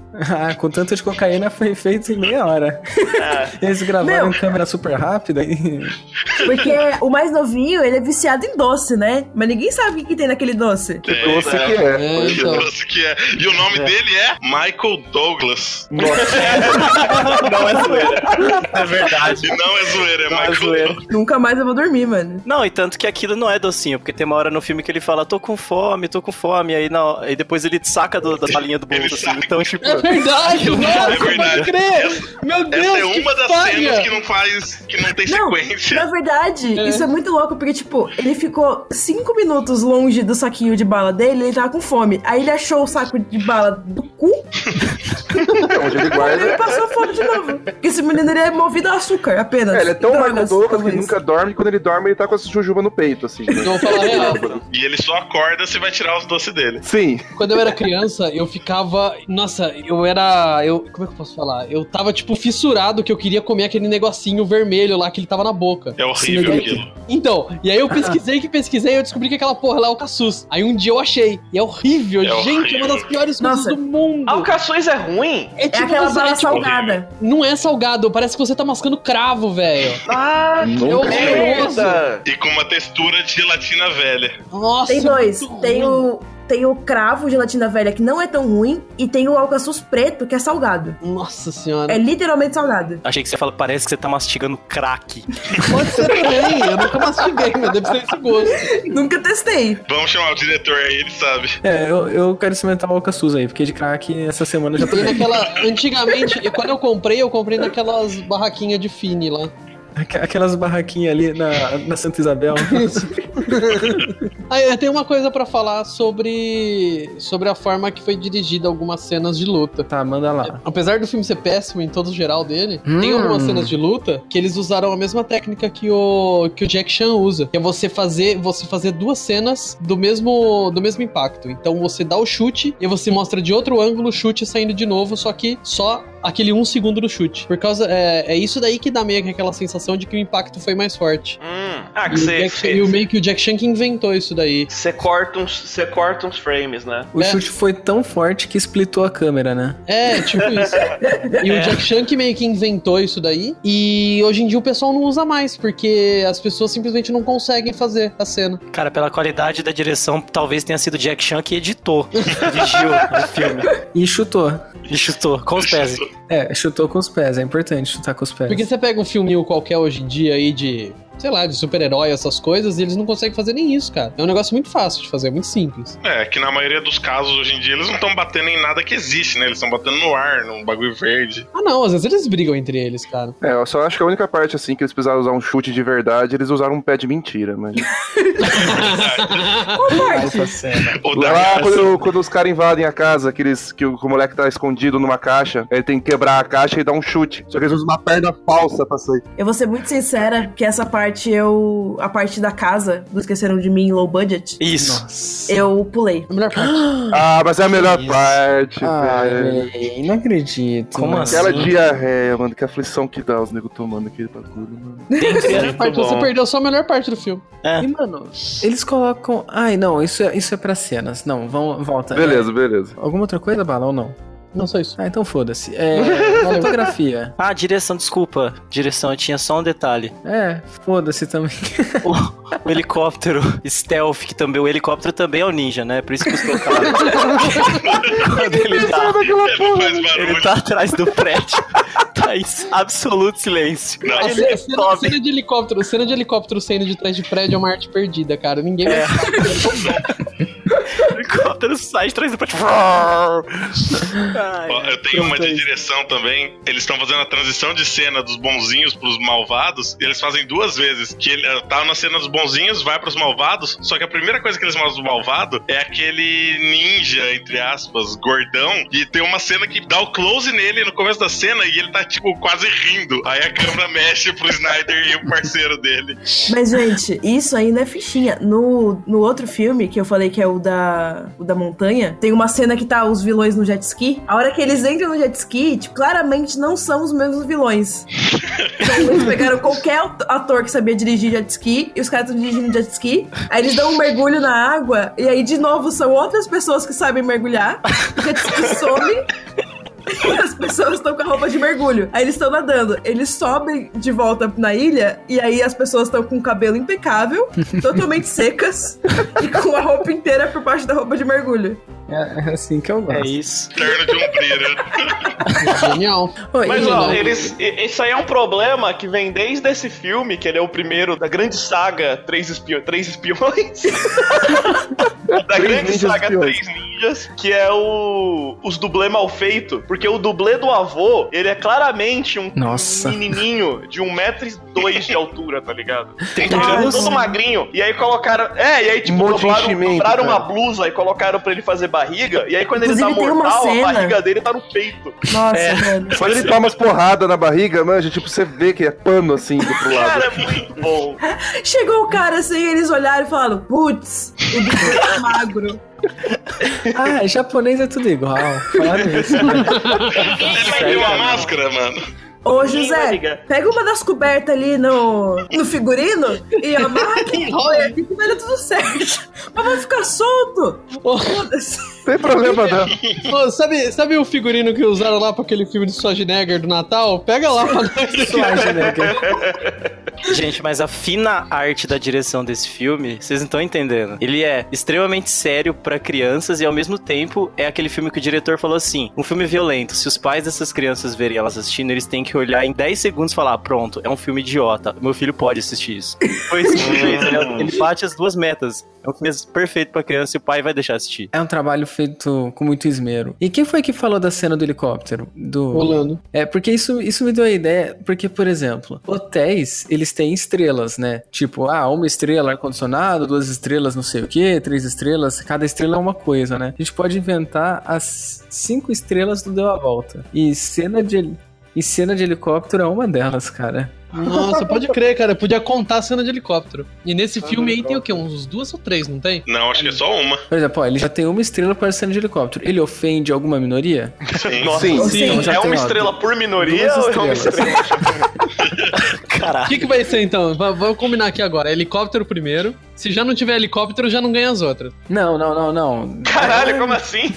Ah, com tanto de cocaína foi feito em meia hora. É. Eles gravaram Meu. em câmera super rápida e... Porque o mais novinho, ele é viciado em doce, né? Mas ninguém sabe o que, que tem naquele doce. Que doce que é. É, Que então. doce que é. E o nome dele é Michael Douglas. Não é zoeira. É verdade. E não é zoeira, é Não é Michael zoeira. Douglas. Nunca mais eu vou dormir, mano. Não, e tanto que aquilo não é docinho, porque tem uma hora no filme que ele fala, tô com fome, tô com fome, aí, não, aí depois ele saca do, da balinha do Ele bolso, assim, saca. então, tipo... É verdade, Aquilo nossa, é verdade. pode crer. Meu Deus, Essa é que uma das falha. cenas que não faz. que não tem Não, sequência. na verdade, É. isso é muito louco, porque, tipo, ele ficou cinco minutos longe do saquinho de bala dele, ele tava com fome. Aí ele achou o saco de bala do cu, Onde ele e ele guarda. passou fome de novo. Porque esse menino, ele é movido a açúcar, apenas. É, ele é tão Drogas, Michael Douglas que talvez. ele nunca dorme, e quando ele dorme, ele tá com essa jujuba no peito, assim. Eu vou falar a real. E ele só acorda se vai tirar os doces dele. Sim. Quando eu era criança, eu ficava. Nossa, eu era. Eu, como é que eu posso falar? Eu tava, tipo, fissurado que eu queria comer aquele negocinho vermelho lá que ele tava na boca. É horrível Sim, aquilo. Então, e aí eu pesquisei que pesquisei e eu descobri que aquela porra lá é o caçuz. Aí um dia eu achei. E é horrível, É gente, horrível. é uma das piores coisas Nossa. do mundo. Alcaçuz é ruim? É É aquela você- bala tipo, salgada. não é salgado, parece que você tá mascando cravo, velho. Ah, É Nunca. horroroso. merda! E com uma textura de gelatina velha. Nossa, Tem dois. muito Tem ruim. o, tem o cravo gelatina velha, que não é tão ruim, e tem o alcaçuz preto, que é salgado. Nossa senhora. É literalmente salgado. Achei que você fala, parece que você tá mastigando crack. Pode ser também. Eu nunca mastiguei, mas deve ser esse gosto. Nunca testei. Vamos chamar o diretor aí, ele sabe. É, eu, eu quero experimentar o alcaçuz aí, porque de crack essa semana eu já tô E bem. naquela. Antigamente, e quando eu comprei, eu comprei naquelas barraquinhas de Fini lá. Aqu- Aquelas barraquinhas ali na, na Santa Isabel. Ah, eu tenho uma coisa pra falar sobre sobre a forma que foi dirigida algumas cenas de luta. Tá, manda lá. Apesar do filme ser péssimo em todo geral dele, Hum. tem algumas cenas de luta que eles usaram a mesma técnica que o que o Jack Chan usa, que é você fazer você fazer duas cenas do mesmo do mesmo impacto. Então você dá o chute e você mostra de outro ângulo o chute saindo de novo, só que só aquele um segundo do chute. Por causa é, é isso daí que dá meio que aquela sensação de que o impacto foi mais forte. Hum. Ah, que E o, você. Jack Chan- e o meio que o Jack Chan que inventou isso daí. Você corta uns, você corta uns frames, né? O É. chute foi tão forte que splitou a câmera, né? É, tipo isso. E o Jack Chan que meio que inventou isso daí. E hoje em dia o pessoal não usa mais, porque as pessoas simplesmente não conseguem fazer a cena. Cara, pela qualidade da direção, talvez tenha sido Jack Chan que editou, dirigiu o filme. E chutou. E chutou, com os pés. É, chutou com os pés, é importante chutar com os pés. Porque você pega um filminho qualquer hoje em dia aí de, sei lá, de super-herói, essas coisas, e eles não conseguem fazer nem isso, cara. É um negócio muito fácil de fazer, muito simples. É, que na maioria dos casos hoje em dia eles não estão batendo em nada que existe, né? Eles estão batendo no ar, num bagulho verde. Ah, não, às vezes eles brigam entre eles, cara. É, eu só acho que a única parte, assim, que eles precisaram usar um chute de verdade, eles usaram um pé de mentira, mas... Ah, essa cena. O da Lá, quando, quando os caras invadem a casa, aqueles, que, o, que o moleque tá escondido numa caixa, ele tem que quebrar a caixa e dar um chute. Só que eles usam uma perna falsa pra sair. Eu vou ser muito sincera, que essa parte eu... A parte da casa, do Esqueceram de Mim, low budget, Isso. eu pulei. A melhor parte. Ah, mas é a melhor Isso. parte, Ah, velho. véi, não acredito. Como mano. assim? Aquela diarreia, mano, que aflição que dá os negros tomando aquele bagulho, mano. Dentre A melhor muito parte, você bom. perdeu só a melhor parte do filme. É. E, mano, eles colocam... Ai, não, isso é, isso é pra cenas. Não, vão, volta. Beleza, beleza. É, alguma outra coisa, Bala, ou não? Não só isso. Ah, então foda-se. É, fotografia. Ah, direção, desculpa. Direção, eu tinha só um detalhe. É, foda-se também. O, o helicóptero stealth, que também, o helicóptero também é o ninja, né? Por isso que os colocaram. Quando ele tá, Ele faz barulho. ele tá atrás do prédio, tá em absoluto silêncio. Não. A Aí cena, ele cena- sobe. cena de helicóptero, cena de helicóptero saindo de trás de prédio é uma arte perdida, cara. Ninguém vai É. O helicóptero sai de trás do prédio. Ai, Ó, eu tenho uma de direção também. Eles estão fazendo a transição de cena dos bonzinhos pros malvados. E eles fazem duas vezes. Que ele tá na cena dos bonzinhos, vai pros malvados. Só que a primeira coisa que eles mostram do malvado é aquele ninja, entre aspas, gordão. E tem uma cena que dá o close nele no começo da cena e ele tá, tipo, quase rindo. Aí a câmera mexe pro Snyder e o parceiro dele. Mas, gente, isso ainda é fichinha. No, no outro filme, que eu falei que é o da, o da montanha, tem uma cena que tá os vilões no jet ski. A hora que eles entram no jet ski, tipo, claramente não são os mesmos vilões. Então, eles pegaram qualquer ator que sabia dirigir jet ski e os caras estão dirigindo jet ski. Aí eles dão um mergulho na água e aí, de novo, são outras pessoas que sabem mergulhar. O jet ski some. As pessoas estão com a roupa de mergulho. Aí eles estão nadando. Eles sobem de volta na ilha e aí as pessoas estão com o cabelo impecável, totalmente secas e com a roupa inteira por baixo da roupa de mergulho. É assim que eu gosto. É isso. Terno de ombreira. Genial. Oi, Mas, e- ó, eles, e- isso aí é um problema que vem desde esse filme, que ele é o primeiro da grande saga Três, Espio... Três Espiões. da grande Ninjas saga Espiões. Três Ninjas, que é o os dublê mal feito. Porque o dublê do avô, ele é claramente um Nossa. menininho de um metro e dois de altura, tá ligado? Tem Então, Ah, ele é sim. todo magrinho. E aí colocaram... É, e aí, tipo, Um monte de dobraram, enchimento, dobraram uma cara. blusa e colocaram pra ele fazer barriga. E aí, quando ele Inclusive, tá tem uma mortal, a cena- barriga dele tá no peito. Nossa, velho. Quando ele toma umas porradas na barriga, mano, tipo, você vê que é pano assim do pro lado. Cara, é muito bom. Chegou o cara assim, eles olharam e falaram, putz, o bicho é magro. Ah, japonês é tudo igual. Falaram isso. Né? Ele vai ter uma máscara, mano. Ô, Ninguém vai José, ligar. pega uma das cobertas ali no, no figurino e amarra aqui, olha aqui que vai dar tudo certo. Mas vai ficar solto. Ô, Foda-se. Não tem problema, não. ô, sabe, sabe o figurino que usaram lá pra aquele filme de Schwarzenegger do Natal? Pega lá pra nós. Suave, né, cara? Gente, mas a fina arte da direção desse filme, vocês não estão entendendo. Ele é extremamente sério pra crianças e ao mesmo tempo é aquele filme que o diretor falou assim, um filme violento, se os pais dessas crianças verem elas assistindo, eles têm que olhar em dez segundos e falar, ah, pronto, é um filme idiota, meu filho pode assistir isso. Foi isso que ele fez, ele, ele bate as duas metas. É um filme perfeito pra criança e o pai vai deixar assistir. É um trabalho feito com muito esmero. E quem foi que falou da cena do helicóptero? Do... Rolando. É, porque isso, isso me deu a ideia, porque, por exemplo, hotéis, eles têm estrelas, né? Tipo, ah, uma estrela ar-condicionado, duas estrelas não sei o quê, três estrelas, cada estrela é uma coisa, né? A gente pode inventar as cinco estrelas do Deu a Volta. E cena de, e cena de helicóptero é uma delas, cara. Nossa, pode crer, cara. Podia contar a cena de helicóptero. E nesse filme aí tem o quê? Uns duas ou três, não tem? Não, acho que é só uma. Por exemplo, ó, ele já tem uma estrela para cena de helicóptero. Ele ofende alguma minoria? Sim. Nossa, Sim. Sim, Então já é tem, uma ó, estrela por minoria duas ou é uma estrelas. estrela? O Caralho. que, que vai ser então? V- Vamos combinar aqui agora. Helicóptero primeiro. Se já não tiver helicóptero, já não ganha as outras. Não, não, não, não. Caralho, como assim?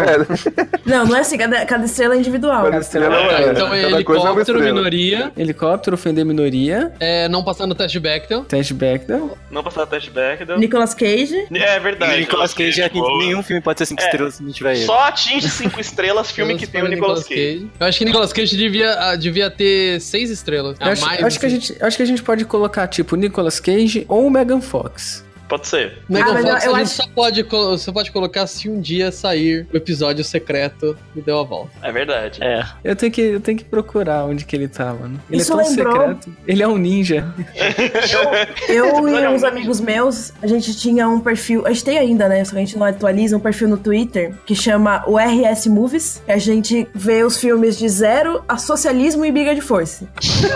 Não, não é assim, cada, cada estrela é individual. Cada estrela Não, Tá, é, então é cada coisa é uma helicóptero, estrela. minoria. Helicóptero, ofender minoria. É, não passar no teste Bechdel. Teste Bechdel. Não passar teste Bechdel. Nicolas Cage. É verdade. Nicolas Cage, é, Boa. nenhum filme pode ser cinco É, estrelas se não tiver ele. Só atinge cinco estrelas filme que tem o Nicolas Cage. Eu acho que Nicolas Cage devia, ah, devia ter seis estrelas. Eu acho, eu acho que a gente, acho que a gente pode colocar, tipo, Nicolas Cage ou Megan Fox. Pode ser. Megan Ah, mas Fox eu- eu a gente acho- só pode, colo- você pode colocar se um dia sair o episódio secreto e deu a volta. É verdade. É. Eu tenho que, eu tenho que procurar onde que ele tá, mano. Ele Isso é tão lembrou- secreto. Ele é um ninja. Eu e uns amigos meus, a gente tinha um perfil, a gente tem ainda, né? Só que a gente não atualiza, um perfil no Twitter que chama o R S Movies. Que a gente vê os filmes de zero a socialismo e briga de força.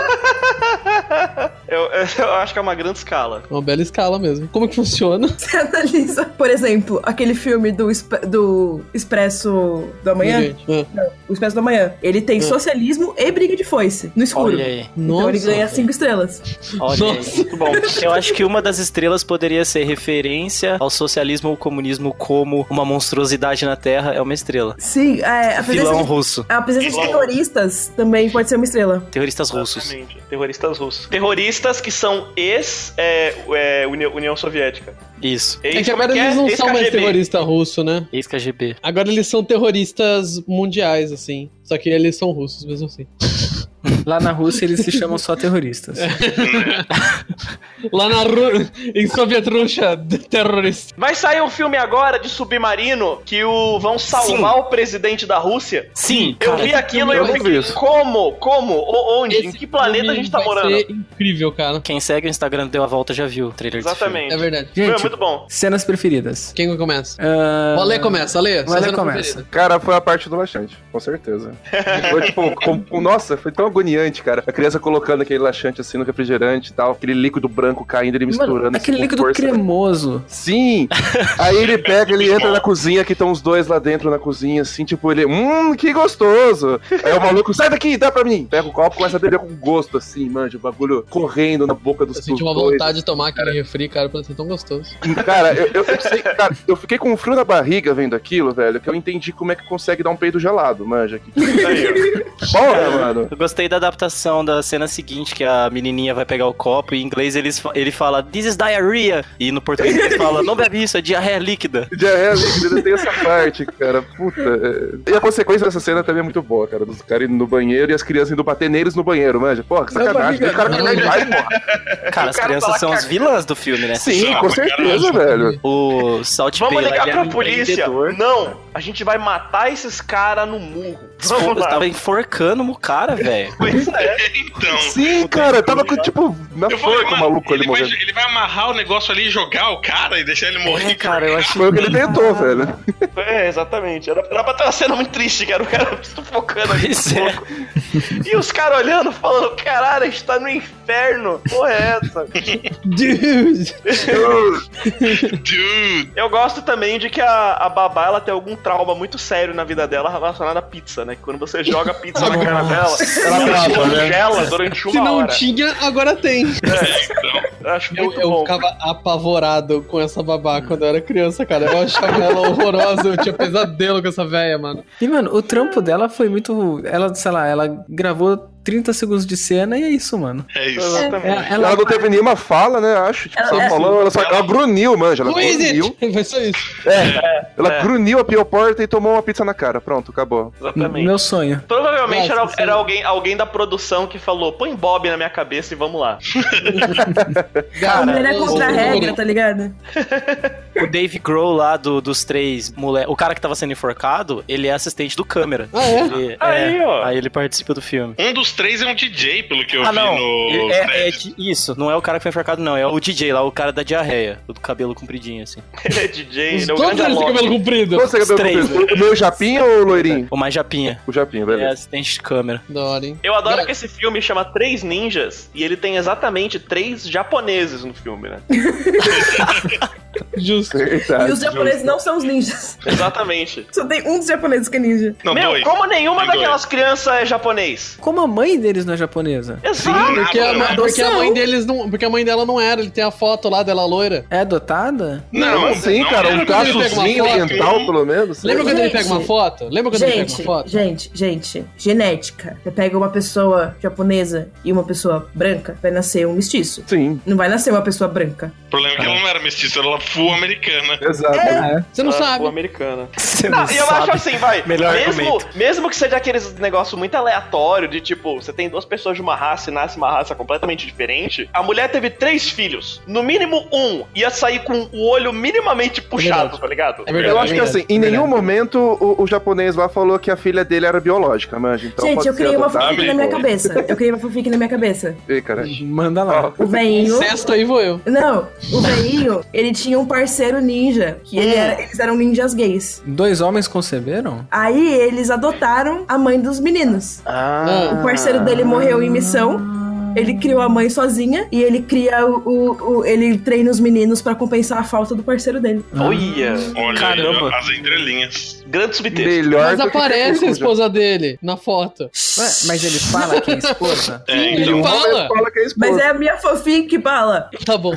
Eu, eu acho que é uma grande escala. Uma bela escala mesmo. Como que funciona? Você analisa, por exemplo, aquele filme do, Exp- do Expresso do Amanhã. Gente, ah. Não, o Expresso do Amanhã. Ele tem socialismo e briga de foice, no escuro. Olha aí. Então ele Nossa. ganha cinco estrelas. Olha Nossa. aí. Muito bom. Eu acho que uma das estrelas poderia ser referência ao socialismo ou comunismo como uma monstruosidade na Terra. É uma estrela. Sim, é, a presença, Vilão de, russo. a presença de terroristas também pode ser uma estrela. Terroristas russos. Exatamente. Terroristas russos. Terroristas que são ex é, é, União, União Soviética. Isso. É Ex- que agora como eles não Ex- são mais K G B. terroristas russos, né? Ex-K G B. Agora eles são terroristas mundiais, assim. Só que eles são russos mesmo assim. Lá na Rússia eles se chamam só terroristas. Lá na Ru... em Soviet Rússia, terrorista. Vai sair um filme agora de submarino que o vão salvar Sim. o presidente da Rússia. Sim, Eu cara. vi aquilo e eu eu não vi fiquei, isso. como? Como? O- onde? em Esse que planeta a filme gente tá vai morando? ser incrível, cara. Quem segue o Instagram Deu a Volta já viu o trailer desse filme. Exatamente. É verdade. Foi Gente, muito bom. cenas preferidas. Quem que começa? Ah, O Ale começa, Ale. O sua Ale cena começa. preferida. Cara, foi a parte do laxante, com certeza. Foi tipo, com- com- nossa, foi tão agonia agoniante, cara. A criança colocando aquele laxante assim no refrigerante e tal, aquele líquido branco caindo, ele misturando. Mano, aquele assim, líquido força. cremoso. Sim! Aí ele pega, ele entra na cozinha, que estão os dois lá dentro na cozinha, assim, tipo, ele, hum, que gostoso! Aí o maluco, sai daqui, dá pra mim! Pega o copo e começa a beber com gosto, assim, manja, o bagulho correndo na boca dos Eu senti uma dois. vontade de tomar aquele refri, cara, pra ser tão gostoso. Cara, eu, eu, eu, sei, cara, eu fiquei com um frio na barriga vendo aquilo, velho, que eu entendi como é que consegue dar um peido gelado, manja. Que... Porra, mano. Eu gostei da adaptação da cena seguinte, que a menininha vai pegar o copo e em inglês eles, ele fala, this is diarrhea, e no português ele fala, não bebe isso, é diarreia líquida. Diarreia líquida, tem essa parte, cara, puta. É... E a consequência dessa cena também é muito boa, cara, dos caras indo no banheiro e as crianças indo bater neles no banheiro, manja. Porra, que sacanagem, tem cara que nem vai, porra. Cara, as crianças são as vilãs do filme, né? Sim, com certeza, velho. O Salt Vamos Bay lá, ligar ele pra é um polícia. empreendedor. Não, a gente vai matar esses caras no murro. Vamos lá. Tava enforcando o cara, velho. Pois é. Então. Sim, cara, tava com, tipo, na Eu vou, forca o mano, maluco ali ele, vai, morrendo. ele vai amarrar o negócio ali e jogar o cara e deixar ele morrer. É, cara, eu acho Foi o que ele tentou, velho. É, exatamente. Era, era pra ter uma cena muito triste, que era o cara sufocando ali. Pois é. E os caras olhando, falando, caralho, a gente tá no inferno. Porra é essa? Dude! Dude. Eu gosto também de que a, a babá, ela tem algum trauma muito sério na vida dela relacionado à pizza, né? Que quando você joga pizza na cara dela, ela, trava, né? congela durante uma Se não hora. tinha, agora tem. Eu acho Eu, muito eu bom. ficava apavorado com essa babá quando eu era criança, cara. Eu achava ela horrorosa, eu tinha pesadelo com essa véia, mano. E, mano, o trampo dela foi muito... Ela, sei lá, ela gravou trinta segundos de cena e é isso, mano. É isso. Exatamente. Ela, Ela ela, não teve nenhuma fala, né, acho. Tipo, Ela- só é- falou, ela só... Ela grunhiu, manja. Ela Who is grunhiu. it? Foi só isso. Ela É. grunhiu, abriu a porta e tomou uma pizza na cara. Pronto, acabou. Exatamente. meu sonho. Provavelmente Nossa, era, sim. era alguém, alguém da produção que falou, põe Bob na minha cabeça e vamos lá. A mulher é eu- contra a eu- regra, tá ligado? O Dave Grohl lá do, dos três moleques, o cara que tava sendo enforcado, ele é assistente do câmera. Ah, é? Ele- Aí, é, ó. Aí ele participa do filme. Um dos três é um D J, pelo que eu Ah, vi não. no. Ele- É, é de- isso, não é o cara que foi enforcado, não. É o D J lá, o cara da diarreia. O do cabelo compridinho, assim. Ele é D J, Os ele é o todos grande eles têm Alok. cabelo comprido. Qual você Os três, o meu japinha ou o loirinho? O mais japinha. O japinha, É beleza. assistente de câmera. Da hora, hein? Eu adoro Cara, que esse filme chama Três Ninjas e ele tem exatamente três japoneses no filme, né? Justo. Verdade. E os japoneses não são os ninjas. Exatamente. Só tem um dos japoneses que é ninja. Não, Meu, dois. como nenhuma Tem daquelas crianças é japonês. Como a mãe deles não é japonesa? Exato. Porque a, Nada, porque a adoção. mãe deles não. Porque a mãe dela não era, ele tem a foto lá dela loira. É adotada? Não, Como assim, não, cara? Um não, quando ele pega uma cachozinho foto? oriental, pelo menos? Lembra quando ele Gente. pega uma foto? Lembra quando ele pega Gente, uma foto? gente, gente, genética. Você pega uma pessoa japonesa e uma pessoa branca, vai nascer um mestiço. Sim, Não vai nascer uma pessoa branca. O problema é que ela não era mestiça, ela era full americana. exato. Você não Ah, sabe. o americana. Você Não, e eu acho assim, vai. Melhor mesmo, argumento. mesmo que seja aqueles negócio muito aleatório de tipo, você tem duas pessoas de uma raça e nasce uma raça completamente diferente. A mulher teve três filhos. No mínimo um ia sair com o olho minimamente puxado, verdade. tá ligado? É verdade. Eu acho que assim, em nenhum momento o, o japonês lá falou que a filha dele era biológica, manja. Então gente, pode eu ser criei uma adotável, fanfic na minha pô. cabeça. Eu criei uma fanfic na minha cabeça. Ih, cara. Manda lá. O veinho. Incesto aí vou eu. Não, o veinho, ele tinha um parceiro ninja. Que ele era- eles eram ninjas gays. Dois homens conceberam? Aí eles adotaram a mãe dos meninos. Ah. O parceiro dele morreu em missão. Ele criou a mãe sozinha e ele cria o. o- o- ele treina os meninos pra compensar a falta do parceiro dele. Olha. Olha Caramba. aí, as entrelinhas. Grande subtexto. Melhor Mas do que aparece a aquele esposa dele na foto. Ué, mas ele fala que é esposa? É, Ele então. fala. fala que é esposa. Mas é a minha fanfic que fala. Tá bom.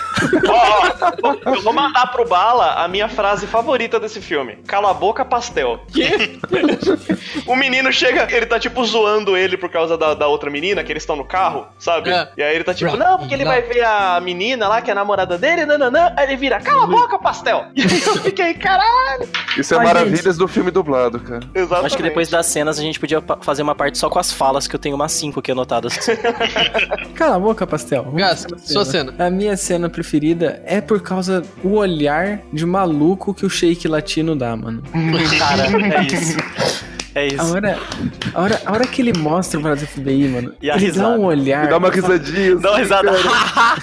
Ó, ó, eu vou mandar pro Bala a minha frase favorita desse filme. Cala a boca, pastel. Que? O menino chega, ele tá tipo zoando ele por causa da, da outra menina, que eles estão no carro, sabe? É. E aí ele tá tipo, Bra- não, porque ele vai ver a menina lá, que é a namorada dele, nananã. Aí ele vira, cala a boca, pastel. E aí eu fiquei, caralho. Isso é Ai, maravilhas do filme dublado, cara. Exatamente. Acho que depois das cenas a gente podia pa- fazer uma parte só com as falas, que eu tenho umas cinco aqui anotadas. Cala a boca, pastel. Gas, sua cena. A minha cena preferida é por causa o olhar de maluco que o Shake Latino dá, mano. Cara, é isso. É A isso. hora, a hora, a hora que ele mostra para as F B I, mano, E a ele risada. dá um olhar. E dá uma risadinha. Dá uma assim, risada. cara.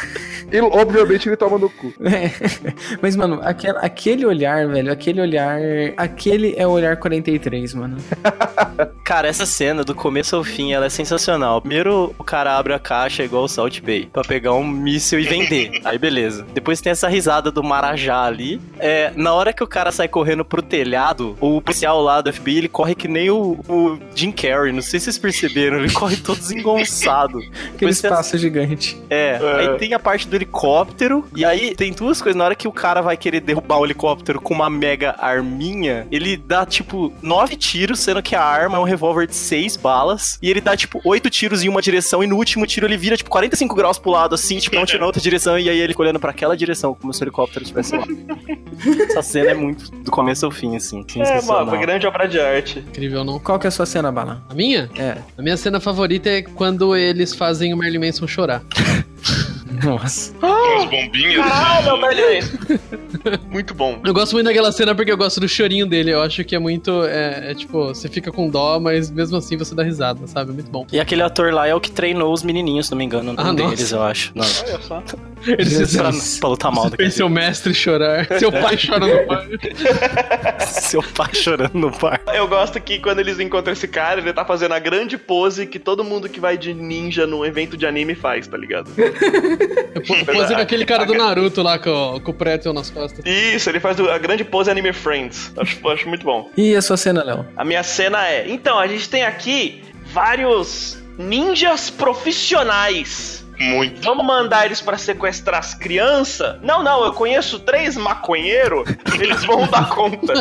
E, obviamente, ele toma no cu. É. Mas, mano, aquele, aquele olhar, velho, aquele olhar... Aquele é o olhar quarenta e três, mano. Cara, essa cena, do começo ao fim, ela é sensacional. Primeiro, o cara abre a caixa igual o Salt Bay, pra pegar um míssil e vender. Aí, beleza. Depois tem essa risada do Marajá ali. É, na hora que o cara sai correndo pro telhado, o policial lá do F B I, ele corre que nem o, o Jim Carrey. Não sei se vocês perceberam. Ele corre todo desengonçado. Aquele espaço tem... gigante. É, é, aí tem a parte do helicóptero. E aí tem duas coisas. Na hora que o cara vai querer derrubar o helicóptero com uma mega arminha, ele dá, tipo, nove tiros, sendo que a arma é um revólver de seis balas. E ele dá, tipo, oito tiros em uma direção. E no último tiro ele vira, tipo, quarenta e cinco graus pro lado, assim, tipo, não tira na outra direção. E aí ele olhando pra aquela direção, como se o helicóptero estivesse lá. Essa cena é muito do começo ao fim, assim. É, mano, uma grande obra de arte. Incrível, não? Qual que é a sua cena, Bala? A minha? É. A minha cena favorita é quando eles fazem o Marilyn Manson chorar. Nossa. Com as bombinhas. Caralho, velho. Muito bom. Eu gosto muito daquela cena porque eu gosto do chorinho dele. Eu acho que é muito. É, é tipo, você fica com dó, mas mesmo assim você dá risada, sabe? É muito bom. E aquele ator lá é o que treinou os menininhos, se não me engano. Ah, Um nossa. deles, eu acho. Não. Olha só. Eles pra, fizeram. pra lutar mal Você daquele fez seu mestre chorar. Seu pai chora no bar. Seu pai chorando no bar. Eu gosto que quando eles encontram esse cara, ele tá fazendo a grande pose que todo mundo que vai de ninja num evento de anime faz, tá ligado? Pose com aquele cara do Naruto lá com, com o prédio nas costas. Isso, ele faz a grande pose Anime Friends. Acho, acho muito bom. E a sua cena, Léo? A minha cena é... Então, a gente tem aqui vários ninjas profissionais. Muito. Vamos mandar eles pra sequestrar as crianças? Não, não, eu conheço três maconheiros, eles vão dar conta.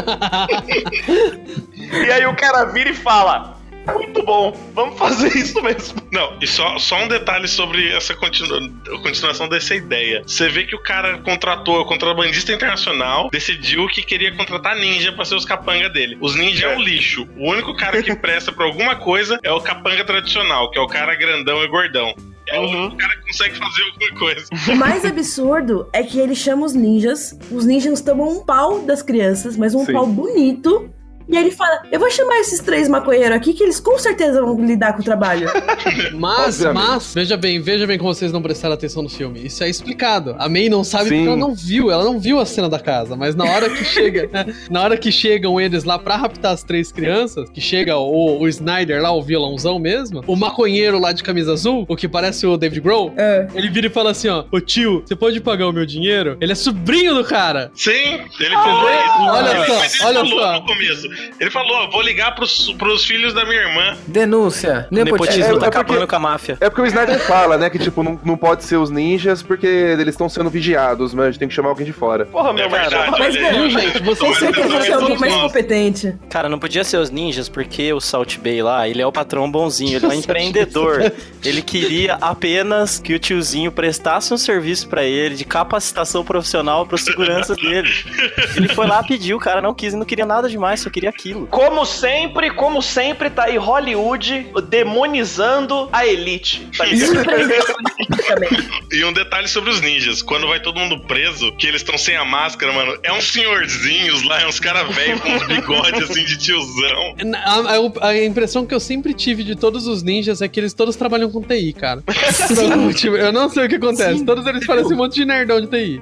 E aí o cara vira e fala... Muito bom, vamos fazer isso mesmo. Não, e só, só um detalhe sobre essa continu... continuação dessa ideia. Você vê que o cara contratou, o contrabandista internacional, decidiu que queria contratar ninja pra ser os capanga dele. Os ninjas é um lixo. O único cara que presta pra alguma coisa é o capanga tradicional, que é o cara grandão e gordão. É Uhum. o cara que consegue fazer alguma coisa. O mais absurdo é que ele chama os ninjas, os ninjas tomam um pau das crianças, mas um Sim. pau bonito. E aí ele fala, eu vou chamar esses três maconheiros aqui que eles com certeza vão lidar com o trabalho. Mas, Obviamente. mas, veja bem, veja bem como vocês não prestaram atenção no filme. Isso é explicado. A May não sabe Sim. porque ela não viu, ela não viu a cena da casa. Mas na hora que chega, na hora que chegam eles lá pra raptar as três crianças, que chega o, o Snyder lá, o vilãozão mesmo, o maconheiro lá de camisa azul, o que parece o David Grohl, É. ele vira e fala assim, ó, ô tio, você pode pagar o meu dinheiro? Ele é sobrinho do cara. Sim, ele falou isso. olha Mas só, ele olha falou só. no começo. Ele falou, vou ligar pros, pros filhos da minha irmã. Denúncia. Nepotismo Nepotismo. É- tá é acabando porque- com a máfia. É porque o Snyder fala, né, que tipo, não, não pode ser os ninjas porque eles estão sendo vigiados, mas a gente tem que chamar alguém de fora. Porra, meu É verdade, cara. Mas, olha aí. bom, gente, vocês Com certeza vai ser alguém mais Nossa. competente. Cara, não podia ser os ninjas, porque o Salt Bay lá, ele é o patrão bonzinho, ele é um empreendedor. Ele queria apenas que o tiozinho prestasse um serviço pra ele de capacitação profissional pros seguranças dele. Ele foi lá, pediu, o cara não quis, não queria nada demais, só queria aquilo. Como sempre, como sempre, tá aí Hollywood demonizando a elite. Tá ligado? Também. E um detalhe sobre os ninjas. Quando vai todo mundo preso, que eles estão sem a máscara, mano, é uns senhorzinhos lá, é uns caras velhos com uns bigodes assim de tiozão. A, a- a impressão que eu sempre tive de todos os ninjas é que eles todos trabalham com T I, cara. Por algum motivo, eu não sei o que acontece. Todos eles parecem um monte de nerdão de T I.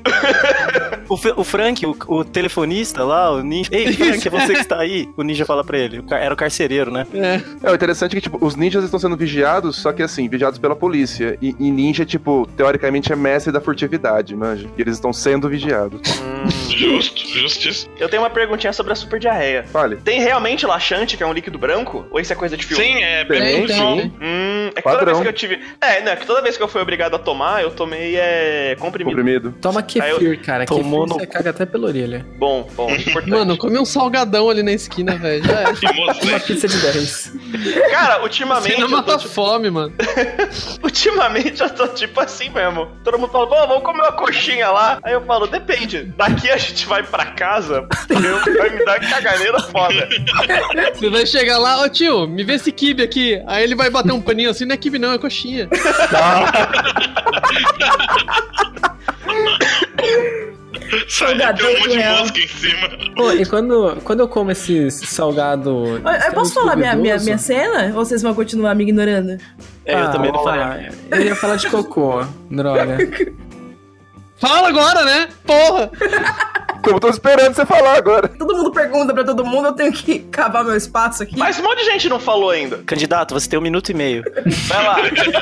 O, F- o Frank, o, o telefonista lá, o ninja. Ei, Frank, é você que está aí? O ninja fala pra ele. O car- Era o carcereiro, né? É. É, o interessante é que, tipo, os ninjas estão sendo vigiados, só que assim, vigiados pela polícia. E, e ninja, tipo, teoricamente é mestre da furtividade, manja. E eles estão sendo vigiados. Justo, justiça. Eu tenho uma perguntinha sobre a super diarreia. Fale. Tem realmente laxante, que é um líquido branco? Ou isso é coisa de filme? Sim, é Tem, bem tem. sim. Hum, é que toda Padrão. vez que eu tive... É, não, é que toda vez que eu fui obrigado a tomar, eu tomei é, comprimido. Comprimido. Toma kefir, cara. Tomou Kefir no- você caga até pela orelha. Bom, bom, importante. Mano, come um salgadão ali na esquina, velho. Já é. E moço, Uma pizza de dez. Cara, Você ultimamente... não eu tô, mata tipo, fome, mano. ultimamente eu tô tipo assim mesmo. Todo mundo fala, pô, vamos comer uma coxinha lá. Aí eu falo, depende. Daqui a gente vai pra casa, porque vai me dar caganeira foda. Você vai chegar lá, ô tio, me vê esse kibe aqui. Aí ele vai bater um paninho assim, não é kibe não, é coxinha. sai Salgadão tem um monte de real. mosca em cima. Pô, e quando, quando eu como esse salgado... Eu, eu posso extremamente falar minha, minha, duvidoso- minha cena? Ou vocês vão continuar me ignorando? É, eu Ah, também não vamos falei. lá. Eu ia falar de cocô, droga. Fala agora, né? Porra! Eu tô esperando você falar agora. Todo mundo pergunta pra todo mundo, eu tenho que cavar meu espaço aqui. Mas um monte de gente não falou ainda. Candidato, você tem um minuto e meio. Vai lá.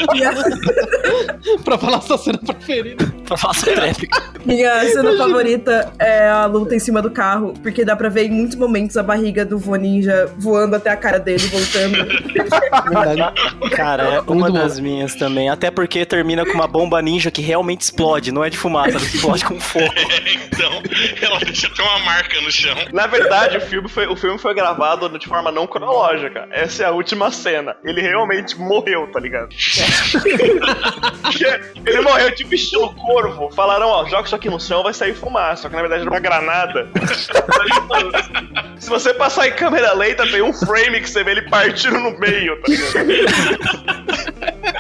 Pra falar sua cena preferida. Pra falar sua réplica. Minha cena favorita é a luta em cima do carro, porque dá pra ver em muitos momentos a barriga do vô ninja voando até a cara dele, voltando. Verdade. Cara, é Muito uma bom. das minhas também. Até porque termina com uma bomba ninja que realmente explode. Não é de fumaça, ela explode com fogo. É, então, ela deixa até uma marca no chão. Na verdade, o filme, foi, o filme foi gravado de forma não cronológica. Essa é a última cena. Ele realmente morreu, tá ligado? Porque ele morreu tipo estilo corvo. Falaram, ó, joga isso aqui no chão, vai sair fumaça. Só que na verdade era uma granada. Se você passar em câmera lenta, tem um frame que você vê ele partindo no meio, tá ligado?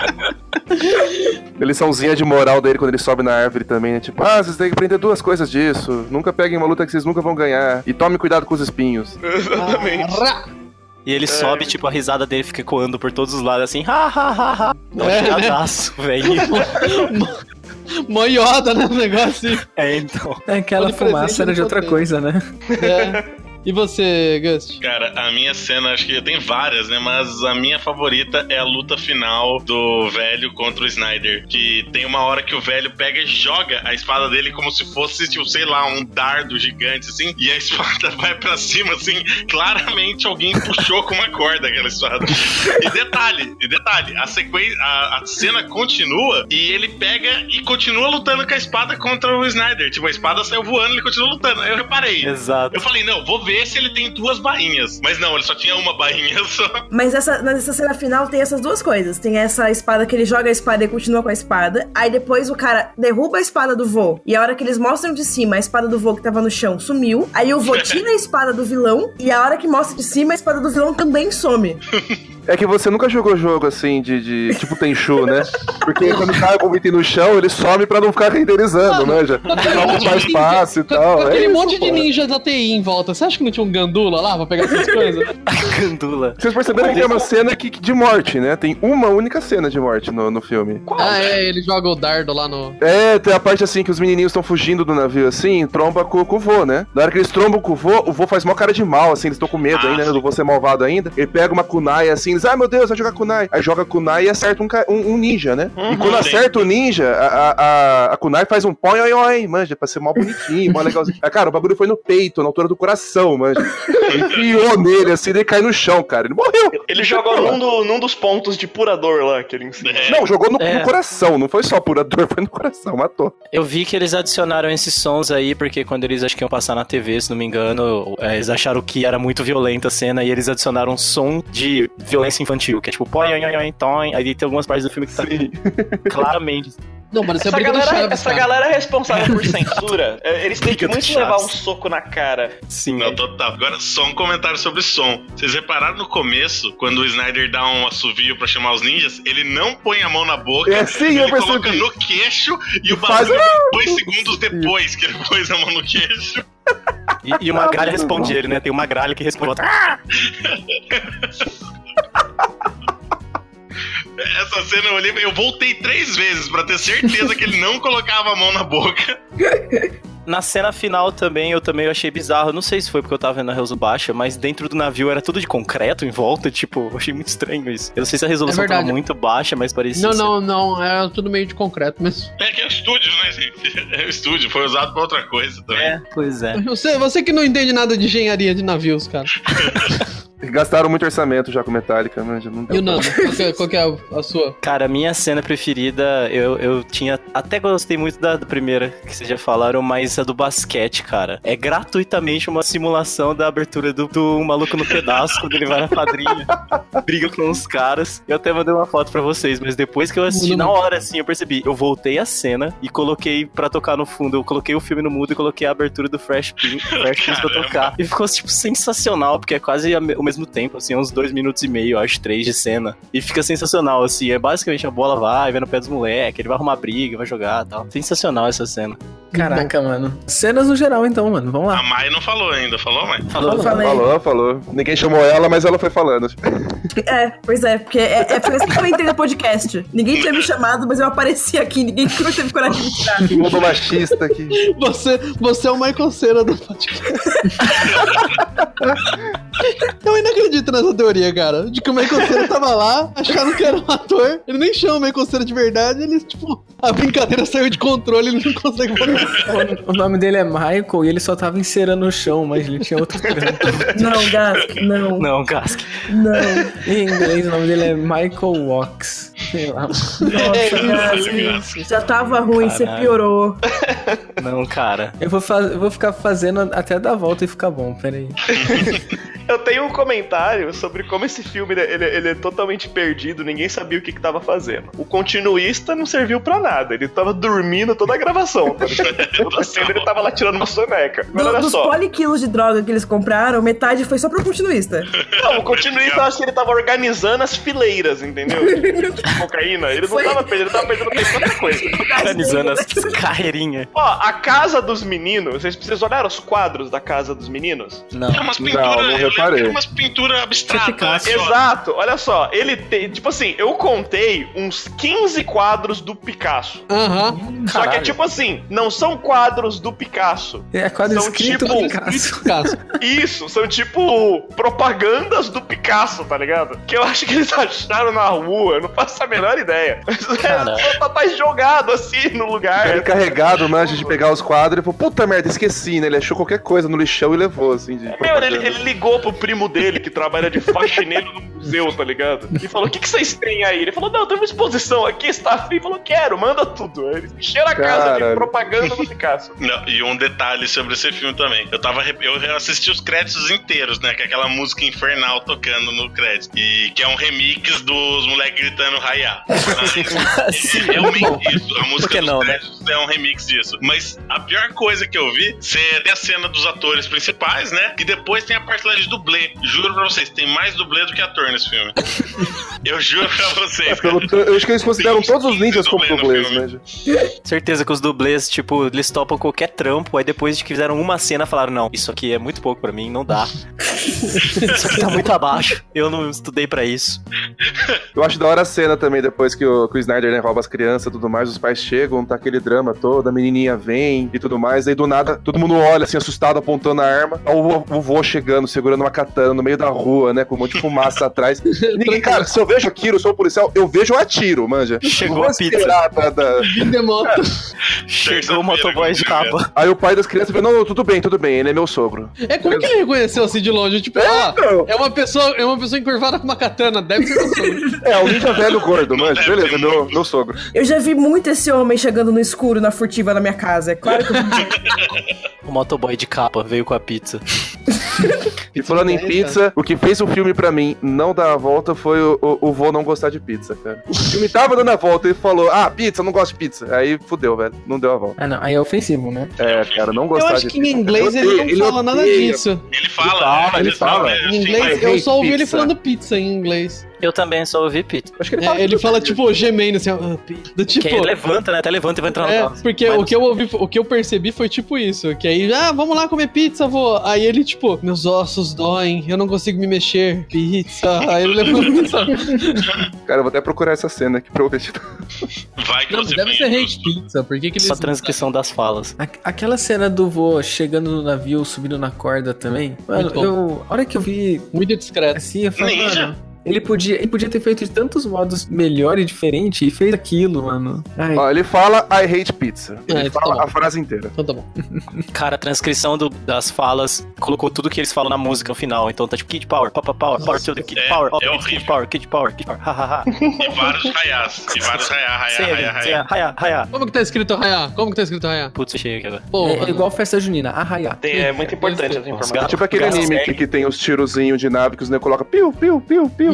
A liçãozinha de moral dele quando ele sobe na árvore também, né? Tipo, ah, vocês têm que aprender duas coisas disso. Nunca peguem uma luta que vocês nunca vão ganhar. E tome cuidado com os espinhos. Exatamente. E ele sobe, tipo, a risada dele fica ecoando por todos os lados, assim, ha, ha, ha, ha. Dá um É, né? chadaço, velho. Mó Yoda, né? O negócio assim. É, então. É, aquela Onipresente fumaça era de outra no coisa, né? É. E você, Gust? Cara, a minha cena, acho que tem várias, né? Mas a minha favorita é a luta final do velho contra o Snyder. Que tem uma hora que o velho pega e joga a espada dele como se fosse, tipo, sei lá, um dardo gigante, assim. E a espada vai pra cima, assim. Claramente alguém puxou com uma corda aquela espada. E detalhe, e detalhe, a sequência, a, a cena continua e ele pega e continua lutando com a espada contra o Snyder. Tipo, a espada saiu voando e ele continua lutando. Aí eu reparei. Exato. Eu falei, não, vou ver se ele tem duas bainhas. Mas não, ele só tinha uma bainha só. Mas essa, nessa cena final tem essas duas coisas. Tem essa espada que ele joga a espada e continua com a espada. Aí depois o cara derruba a espada do vô. E a hora que eles mostram de cima, a espada do vô que tava no chão sumiu. Aí o vô tira a espada do vilão. E a hora que mostra de cima, a espada do vilão também some. É que você nunca jogou jogo assim de, de tipo Tenchu, né? Porque quando cai o item no chão, ele some pra não ficar renderizando, né? Já pra ocupar espaço e Com, tal. com é aquele isso, monte de pô. ninjas da T I em volta. Você acha que não tinha um gandula lá pra pegar essas coisas? Gandula. Vocês perceberam que é uma cena que, de morte, né? Tem uma única cena de morte no, no filme. Ah, é, ele joga o dardo lá no... É, tem a parte assim que os menininhos estão fugindo do navio assim, tromba com, com o vô, né? Na hora que eles trombam com o vô, o vô faz mó cara de mal, assim, eles estão com medo Ah, ainda, né, do vô ser malvado ainda. Ele pega uma kunai assim, eles, ai meu Deus, vai jogar kunai. Aí joga a kunai e acerta um, ca- um, um ninja, né? e quando sim. acerta o ninja, a, a, a, a kunai faz um põe oi oi, manja, pra ser mó bonitinho, mó legalzinho. Ah, cara, o bagulho foi no peito, na altura do coração, manja. Ele enfiou nele, assim, ele cai no chão, cara. Ele morreu. Ele jogou num, do- num dos pontos de pura dor lá que ele ensina. Não, jogou no, É. no coração, não foi só pura dor, foi no coração, matou. Eu vi que eles adicionaram esses sons aí, porque quando eles acho que iam passar na T V, se não me engano, é, eles acharam que era muito violenta a cena e eles adicionaram um som de violência infantil, que é tipo, põe, oi, oi, oi, aí tem algumas partes do filme que tá claramente. Não, mano, isso é Essa, briga do galera, Chaves, essa cara. galera responsável por censura, é, eles têm que Briga do muito Chaves. levar um soco na cara. Sim. Não, total. Agora, só um comentário sobre som. Vocês repararam no começo, quando o Snyder dá um assovio pra chamar os ninjas, ele não põe a mão na boca, É, sim, ele eu percebi. coloca no queixo e o Faz- bagulho dois segundos depois que ele pôs a mão no queixo. E, e uma gralha responde ele, né? Tem uma gralha que responde. Ah! Essa cena eu olhei, eu voltei três vezes pra ter certeza que ele não colocava a mão na boca. Na cena final também, eu também achei bizarro. Não sei se foi porque eu tava vendo a resolução baixa, mas dentro do navio era tudo de concreto em volta. Tipo, eu achei muito estranho isso. Eu não sei se a resolução É tava verdade. muito baixa, mas parecia. Não, ser- não, não. É tudo meio de concreto mesmo. É que é o estúdio, né, gente? É o estúdio, foi usado pra outra coisa também. É, pois é. Você, você que não entende nada de engenharia de navios, cara. Gastaram muito orçamento já com Metallica, manja. Não deu E o Nando, qual que é, qual que é a, a sua? Cara, a minha cena preferida, eu, eu tinha. Até gostei muito da, da primeira que vocês já falaram, mas a do basquete, cara. É gratuitamente uma simulação da abertura do, do Maluco no Pedaço, quando ele vai na quadrilha, briga com os caras. Eu até mandei uma foto pra vocês, mas depois que eu assisti, na hora assim, eu percebi. Eu voltei a cena e coloquei pra tocar no fundo. Eu coloquei o filme no mudo e coloquei a abertura do Fresh Prince, Fresh Prince pra tocar. E ficou, tipo, sensacional, porque é quase a me- o mesmo tempo, assim, uns dois minutos e meio, acho, três de cena. E fica sensacional, assim. É basicamente a bola vai, vai no pé dos moleques, ele vai arrumar briga, vai jogar e tal. Sensacional essa cena. Caraca, mano. Cenas no geral, então, mano. Vamos A lá. Mai não falou ainda, falou, Mai? Falou, Falei. Falou, falou. Ninguém chamou ela, mas ela foi falando. É, pois é, porque é, é por isso que eu entrei no podcast. Ninguém tinha me chamado, mas eu apareci aqui. Ninguém teve coragem de me tirar. Que mundo machista aqui. Você, você é o Michael Cera do podcast. Eu ainda acredito nessa teoria, cara. De que o Michael Cera tava lá, acharam que era um ator. Ele nem chama o Michael Cera de verdade. Ele, tipo, a brincadeira saiu de controle, ele não consegue voltar. O nome dele é Michael e ele só tava encerando o chão, mas ele tinha outro trampo. Não, Gask, não. Não, Gask. Não. Em inglês, o nome dele é Michael Walks. Sei lá. Nossa, Gask. Já tava ruim, você Caralho. piorou. Não, cara. Eu vou, faz... eu vou ficar fazendo até dar volta e ficar bom, peraí. Eu tenho um comentário sobre como esse filme ele, ele é totalmente perdido, ninguém sabia o que, que tava fazendo. O continuista não serviu pra nada, ele tava dormindo toda a gravação. Tá ligado? Toda a cena ele tava lá tirando uma soneca. Mas Do- olha dos só. poliquilos de droga que eles compraram, metade foi só pro continuista. Não, o continuista eu acho que ele tava organizando as fileiras, entendeu? De cocaína. Ele não Foi. tava perdendo, ele tava perdendo tempo em outra coisa. Organizando as carreirinhas. Ó, a casa dos meninos, vocês, vocês olharam os quadros da casa dos meninos? Não. É umas Não, pinturas, não eu lembro que reparei. era umas pinturas abstratas. Picasso. assim, ó. Exato, olha só, ele tem, tipo assim, eu contei uns quinze quadros do Picasso. Aham. Só que é Caralho. tipo assim, não são quadros do Picasso. É quadro São escrito tipo- do Picasso. Caso. Isso, são tipo propagandas do Picasso, tá ligado? Que eu acho que eles acharam na rua, eu não faço a menor ideia. Caralho. Tá, tá jogado assim no lugar. Ele carregado, manja, de pegar os quadros, ele falou, puta merda, esqueci, né? Ele achou qualquer coisa no lixão e levou, assim, de Meu, propaganda. ele, ele ligou pro primo dele, que trabalha de faxineiro no museu, tá ligado? E falou, o que, que vocês têm aí? Ele falou, não, tem uma exposição aqui, está afim. Ele falou, quero, manda tudo. Aí ele encheram a casa de Caralho. propaganda do Picasso. Não, e um detalhe sobre esse filme também. Eu tava re- eu assisti os créditos inteiros, né? Que é aquela música infernal tocando no crédito. E que é um remix dos moleques gritando Raiá. Sim, É realmente isso. A Por música que dos não, né? créditos é um remix disso. Mas a pior coisa que eu vi, você tem a cena dos atores principais, né? E depois tem a parte lá de dublê. Juro pra vocês, tem mais dublê do que ator nesse filme. Eu juro pra vocês. É, pelo- eu acho que eles consideram Tem todos os ninjas como dublê no dublês, filme. manja. Certeza que os dublês, tipo, eles topam qualquer trampo, aí depois de que fizeram uma cena, falaram, não, isso aqui é muito pouco pra mim, não dá. Isso aqui tá muito abaixo, eu não estudei pra isso. Eu acho da hora a cena também, depois que o, que o Snyder, né, rouba as crianças e tudo mais, os pais chegam, tá aquele drama todo, a menininha vem e tudo mais, aí do nada, todo mundo olha assim, assustado, apontando a arma, aí o, o vô chegando, segurando uma katana no meio da rua, né, com um monte de fumaça atrás. Ninguém, cara, se eu vejo aquilo, eu sou um policial, eu vejo o atiro, manja. Chegou Não vou a pizza. esperar da- da- Vim de moto. Chegou o motoboy de capa. Aí o pai das crianças fala, não, não, tudo bem, tudo bem, ele é meu sogro. É, como que ele reconheceu assim de longe? Tipo, ó, então. é uma pessoa, é uma pessoa encurvada com uma katana, deve ser meu sogro. É, um ninja velho gordo, manja, deve beleza, ter meu, muito. meu sogro. Eu já vi muito esse homem chegando no escuro, na furtiva, na minha casa. É claro que eu vi. O motoboy de capa veio com a pizza. E falando em É, pizza, o que fez o filme pra mim não dar a volta foi o, o, o vô não gostar de pizza, cara. O filme tava dando a volta e falou, ah, pizza, eu não gosto de pizza. Aí fudeu, velho, não deu a volta. Ah, não. Aí é ofensivo, né? É, cara, não Eu gostar acho de que em pizza. inglês ele não Ele fala nada odeia. disso. Ele fala, Ele fala, né? ele fala. é, Em assim, inglês, mas- eu só ouvi ele pizza. falando pizza em inglês. Eu também só ouvi pizza. Acho que ele É, fala, ele fala, tipo, gemendo assim, ó, ah, pizza. Do tipo. Que aí levanta, né? Até levanta e vai entrar no É, carro. porque Vai o no- que eu ouvi, o que eu percebi foi tipo isso, que aí, ah, vamos lá comer pizza, vô. Aí ele, tipo, meus ossos doem, eu não consigo me mexer, pizza. Aí ele levou pizza. Cara, eu vou até procurar essa cena aqui pra eu ver. Vai que Não, você deve tem ser hate justo. pizza, por que que eles... Só transcrição das falas. A- Aquela cena do vô chegando no navio, subindo na corda também. Mano, Muito bom. eu. A hora que eu vi Muito discreto. assim, eu falei, Ninja. mano. Ele podia, ele podia ter feito de tantos modos melhor e diferente e fez aquilo, mano. Ai, Ó, ele fala I hate pizza. Ele Ah, então fala tá bom. a frase inteira. Então tá bom. Cara, a transcrição do- das falas colocou tudo que eles falam na música no final. Então tá tipo Kid Power, Papa Power, Power to the Kid é- Power, é Kid horrível. Power, Kid Power, Kid Power, hahaha. E vários raiás. E vários raiá, raiá, raiá, raiá. Raiá, raiá. Como que tá escrito Raiá? Como que tá escrito Raiá? Putz, cheio aqui agora. Pô, é, é igual festa junina, arraiar. Tem- é muito importante essa Os informação. É gatos- tipo aquele gatos anime que, seguem. que tem os tirozinhos de nave que os nego colocam piu, piu, piu, piu.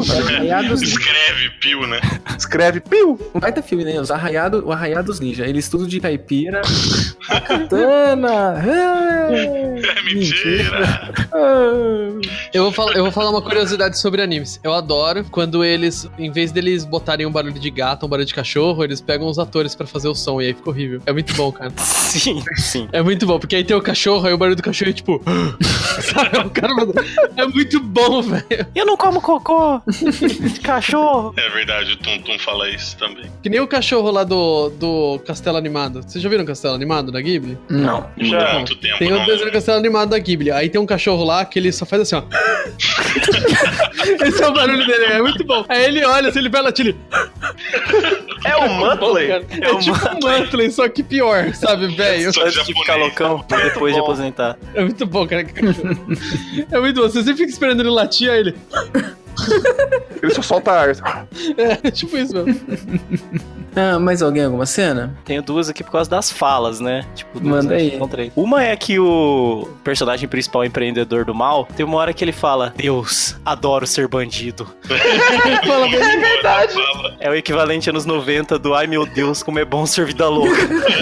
Arraiados... Escreve Pio, né? Escreve piu. Um baita filme, né? Os Arraiado, o Arraiados Ninja. Eles tudo de caipira. A katana. É mentira. Eu vou, falar, eu vou falar uma curiosidade sobre animes. Eu adoro quando eles, em vez deles botarem um barulho de gato, um barulho de cachorro, eles pegam os atores pra fazer o som e aí fica horrível. É muito bom, cara. Sim, sim. É muito bom, porque aí tem o cachorro, aí o barulho do cachorro é tipo... Sabe? O cara... É muito bom, velho. Eu não como cocô. Cachorro. É verdade, o Tum Tum fala isso também. Que nem o cachorro lá do, do Castelo Animado. Vocês já viram o Castelo Animado da Ghibli? Não. Já há muito tempo, Tem não. o desenho do Castelo Animado da Ghibli. Aí tem um cachorro lá que ele só faz assim, ó. Esse é o barulho dele, é muito bom. Aí ele olha, assim, ele vai latir, ele... É o Muttley? É, é tipo um Muttley, só que pior, sabe, velho? Só Antes de ficar loucão, pra depois de bom. aposentar. É muito bom, cara. É muito bom. Você sempre fica esperando ele latir, aí ele... Ele só solta ar. É, tipo isso mesmo. Ah, mais alguém, alguma cena? Tenho duas aqui por causa das falas, né? Tipo, duas, Manda né? aí. Encontrei. Uma é que o personagem principal, empreendedor do mal, tem uma hora que ele fala: Deus, adoro ser bandido. Fala bem. É verdade. É o equivalente anos noventa do ai meu Deus, como é bom ser vida louca.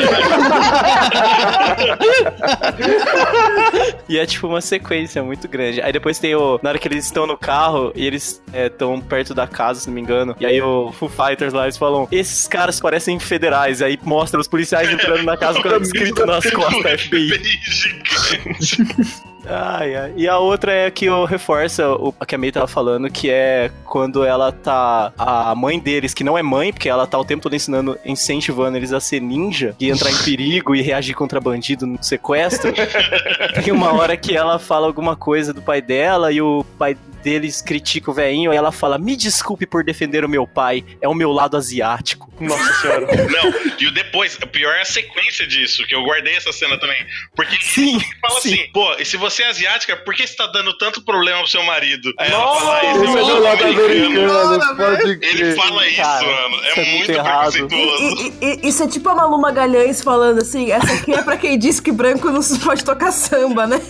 E é tipo uma sequência muito grande. Aí depois tem o... Na hora que eles estão no carro e eles estão perto da casa, se não me engano. E aí o Foo Fighters lá, eles falam: esses caras parecem federais. Aí mostra os policiais entrando na casa com escrito nas costas F B I. Gigante. Ai, ai. E a outra é que eu reforça o que a May tava falando, que é quando ela tá... A mãe deles, que não é mãe, porque ela tá o tempo todo ensinando, incentivando eles a ser ninja, e entrar em perigo e reagir contra bandido no sequestro. Tem uma hora que ela fala alguma coisa do pai dela, e o pai deles critica o velhinho, e ela fala: me desculpe por defender o meu pai, é o meu lado asiático. Nossa senhora. Não, e o depois, o pior é a sequência disso, que eu guardei essa cena também. Porque Sim, ele fala sim. assim: pô, e se você é asiática, por que você tá dando tanto problema pro seu marido? Aí Nossa, ela fala Esse isso, é ele do lado americano. americano, pode crer. Ele fala isso, Cara, mano. É, isso é muito muito errado. preconceituoso. E- e- Isso é tipo a Malu Magalhães falando assim: essa aqui é pra quem disse que branco não se pode tocar samba, né?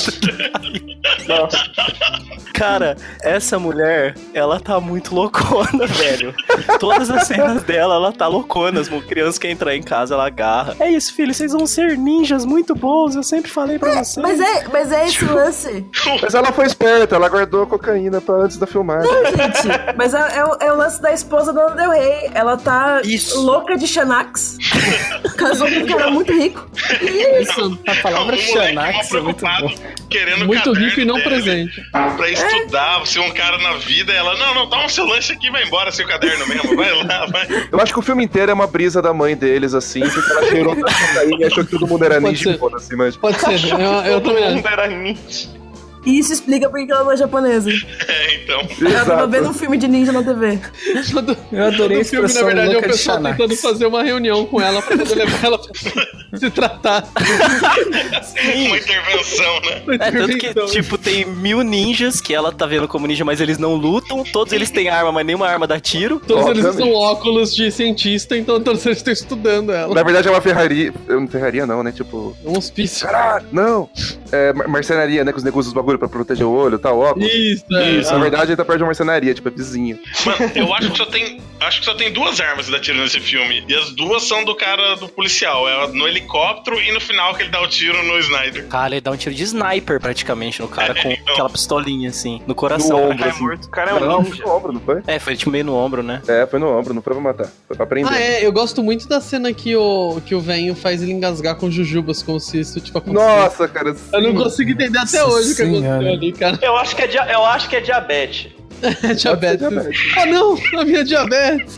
Cara, essa mulher, ela tá muito loucona, velho. Todas as cenas dela, ela tá loucona. As crianças que entrar em casa, ela agarra. É isso, filho, vocês vão ser ninjas muito bons. Eu sempre falei pra vocês. Mas é, mas é esse lance. Mas ela foi esperta, ela guardou a cocaína pra antes da filmagem. Gente, mas é, é o, é o lance da esposa da Lana Del Rey. Ela tá Isso. louca de Xanax. Casou com um cara muito rico. Isso. A palavra O moleque Xanax é mal muito preocupado, bom. querendo Muito caderno rico e não dele presente. Pra estudar, ser um cara na vida. Ela: não, não, toma seu lanche aqui e vai embora, seu caderno mesmo. Vai lá, vai. Eu acho que o filme inteiro é uma brisa da mãe deles, assim, porque ela cheirou da cocaína e achou que todo mundo era Pode ninja, ser. foda-se, mas... Pode ser, eu, eu Todo também mundo acho. era ninja. E isso explica porque ela não é japonesa. É, então. Ela tava Exato. vendo um filme de ninja na T V. Todo, Eu adorei a todo filme, na expressão verdade, é o louca de pessoal Xanax. tentando fazer uma reunião com ela pra poder levar ela pra se tratar. Uma intervenção, né? É, tanto que, Então, tipo, tem mil ninjas que ela tá vendo como ninja, mas eles não lutam. Todos eles têm arma, mas nenhuma arma dá tiro. todos eles Obviamente. usam óculos de cientista, então todos eles estão estudando ela. Na verdade é uma ferraria... Eu não ferraria não, né? Tipo... É um hospício. Caralho, não! É mar- marcenaria, né? Que os negócios usam os bagulho pra proteger o olho e tal, óculos. Isso, é. Isso, na verdade ele tá perto de uma marcenaria, tipo, é vizinho. Mano, eu acho que só tem. Acho que só tem duas armas que dá tiro nesse filme. E as duas são do cara do policial. É no helicóptero e no final que ele dá o tiro no Snyder. Cara, ele dá um tiro de sniper praticamente no cara, com então. aquela pistolinha assim, no coração. No pra ombro, cair assim. morto. O cara é um Não, ninja. foi no ombro, não foi? É, foi tipo meio no ombro, né? É, foi no ombro, não foi pra matar. Foi pra prender. Ah, é, eu gosto muito da cena que o, que o velho faz ele engasgar com jujubas, como se isso, tipo, acontecesse. Nossa, cara. Eu não sim. consigo entender até Nossa hoje o que aconteceu senhora. ali, cara. Eu acho que é, dia- eu acho que é diabetes. É diabetes. diabetes. Ah, não! A minha diabetes!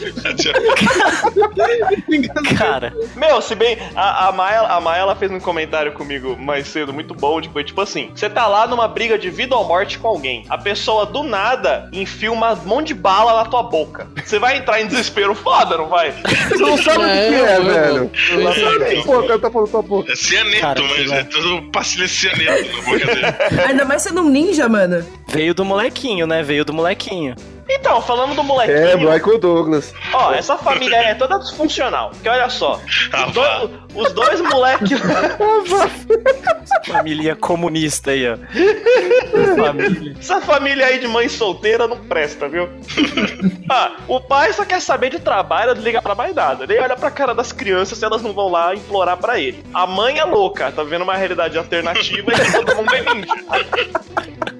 Cara, Meu, se bem, a, a, Maia, a Maia ela fez um comentário comigo mais cedo, muito bom, de foi tipo assim: você tá lá numa briga de vida ou morte com alguém, a pessoa do nada enfia uma mão de bala na tua boca. Você vai entrar em desespero foda, não vai? Você não sabe o que É, que é, eu- velho. eu- eu- Não sabe, pô, o cara tá falando tua boca. É cianeto, Cara, mas que é tudo pastilha de cianeto na boca dele. Ainda mais sendo um ninja, mano. Veio do molequinho, né? Veio do molequinho. Então, falando do molequinho... É, Michael Douglas. Ó, essa família é toda disfuncional. Porque olha só, Ah, os, dois, os dois moleques... Família comunista aí, ó. Família. Essa família aí de mãe solteira não presta, viu? Ah, o pai só quer saber de trabalho, não liga pra mais nada. Nem olha pra cara das crianças se elas não vão lá implorar pra ele. A mãe é louca, tá vendo uma realidade alternativa e todo mundo é ninja.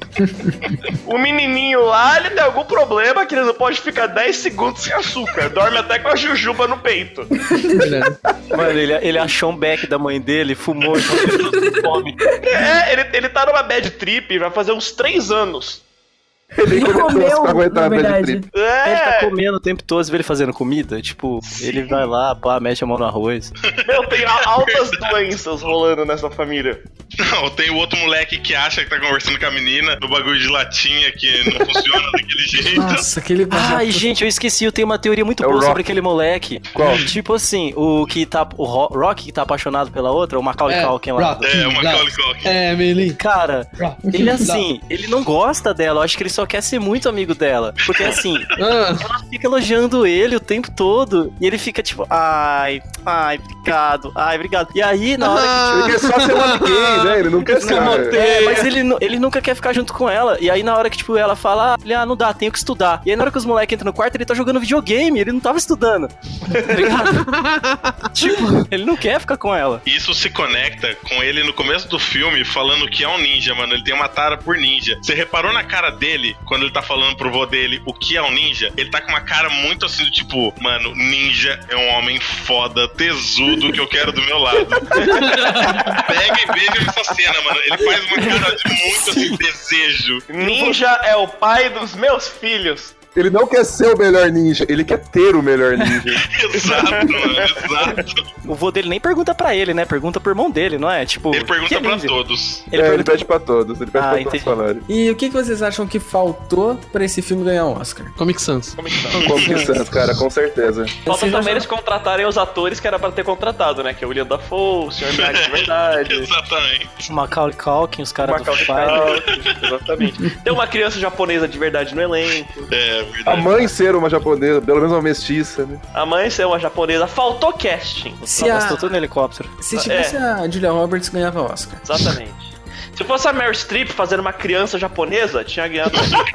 O menininho lá, ele tem algum problema que ele não pode ficar dez segundos sem açúcar. Dorme até com a jujuba no peito. Mano, ele, ele achou um beck da mãe dele, fumou e fome. É, ele, ele tá numa bad trip, vai fazer uns três anos. Ele Ele comeu, pra aguentar na a bad verdade. trip. É, Ele tá comendo o tempo todo, você vê ele fazendo comida. Tipo, ele vai lá, pá, mete a mão no arroz. meu, tem a- altas doenças rolando nessa família. Não, tem o outro moleque que acha que tá conversando com a menina no bagulho de latinha que não funciona daquele jeito. Nossa, aquele... Ai, gente, eu esqueci, eu tenho uma teoria muito É o boa Rock. sobre aquele moleque. Qual? Tipo assim, o que tá. O Ro- Rock que tá apaixonado pela outra, o Macaulay Culkin lá. Rock, É, o Macaulay Rock. Culkin. É, Emily. Cara, Rock. ele assim, ele não gosta dela, eu acho que ele só quer ser muito amigo dela. Porque assim, Ah, ela fica elogiando ele o tempo todo. E ele fica tipo, ai, ai, obrigado, ai, obrigado. E aí, na hora que. Ele quer só ser um amiguinho, né? Ele não quer ser... É, mas ele, nu- ele nunca quer ficar junto com ela. E aí, na hora que, tipo, ela fala, ah, ele, ah, não dá, tenho que estudar. E aí, na hora que os moleques entram no quarto, ele tá jogando videogame, ele não tava estudando. Tá ligado? Tipo, ele não quer ficar com ela. Isso se conecta com ele no começo do filme falando que é um ninja, mano. Ele tem uma tara por ninja. Você reparou na cara dele, quando ele tá falando pro vô dele o que é um ninja? Ele tá com uma cara muito assim do tipo, mano, ninja é um homem foda, tesudo que eu quero do meu lado. Pega e veja essa cena, mano. Ele faz uma cara de muito assim, desejo. Ninja é o pai dos meus filhos. Ele não quer ser o melhor ninja, ele quer ter o melhor ninja. Exato, mano, exato. O vô dele nem pergunta pra ele, né? Pergunta pro irmão dele, não é? Tipo, Ele pergunta que é pra ninja? todos. Ele é, ele pergunta... pede pra todos, ele pede Ah, pra todos entendi. falarem. E o que, que vocês acham que faltou pra esse filme ganhar um Oscar? Comic Sans. Como é que tá? Como que Sans, cara, com certeza. Falta Vocês também acham- eles contratarem os atores que era pra ter contratado, né? Que é o William Dafoe, o senhor Miyagi de verdade. Exatamente. Macaulay Culkin, os caras do Macaulay Fire. Culkin, exatamente. Tem uma criança japonesa de verdade no elenco. É, A verdade. mãe ser uma japonesa, pelo menos uma mestiça, né? A mãe ser uma japonesa. Faltou casting. Se, Nossa, a, tô tudo no helicóptero. se tivesse a Julia Roberts, ganhava Oscar. Exatamente. Se fosse a Meryl Streep fazendo uma criança japonesa, tinha ganhado.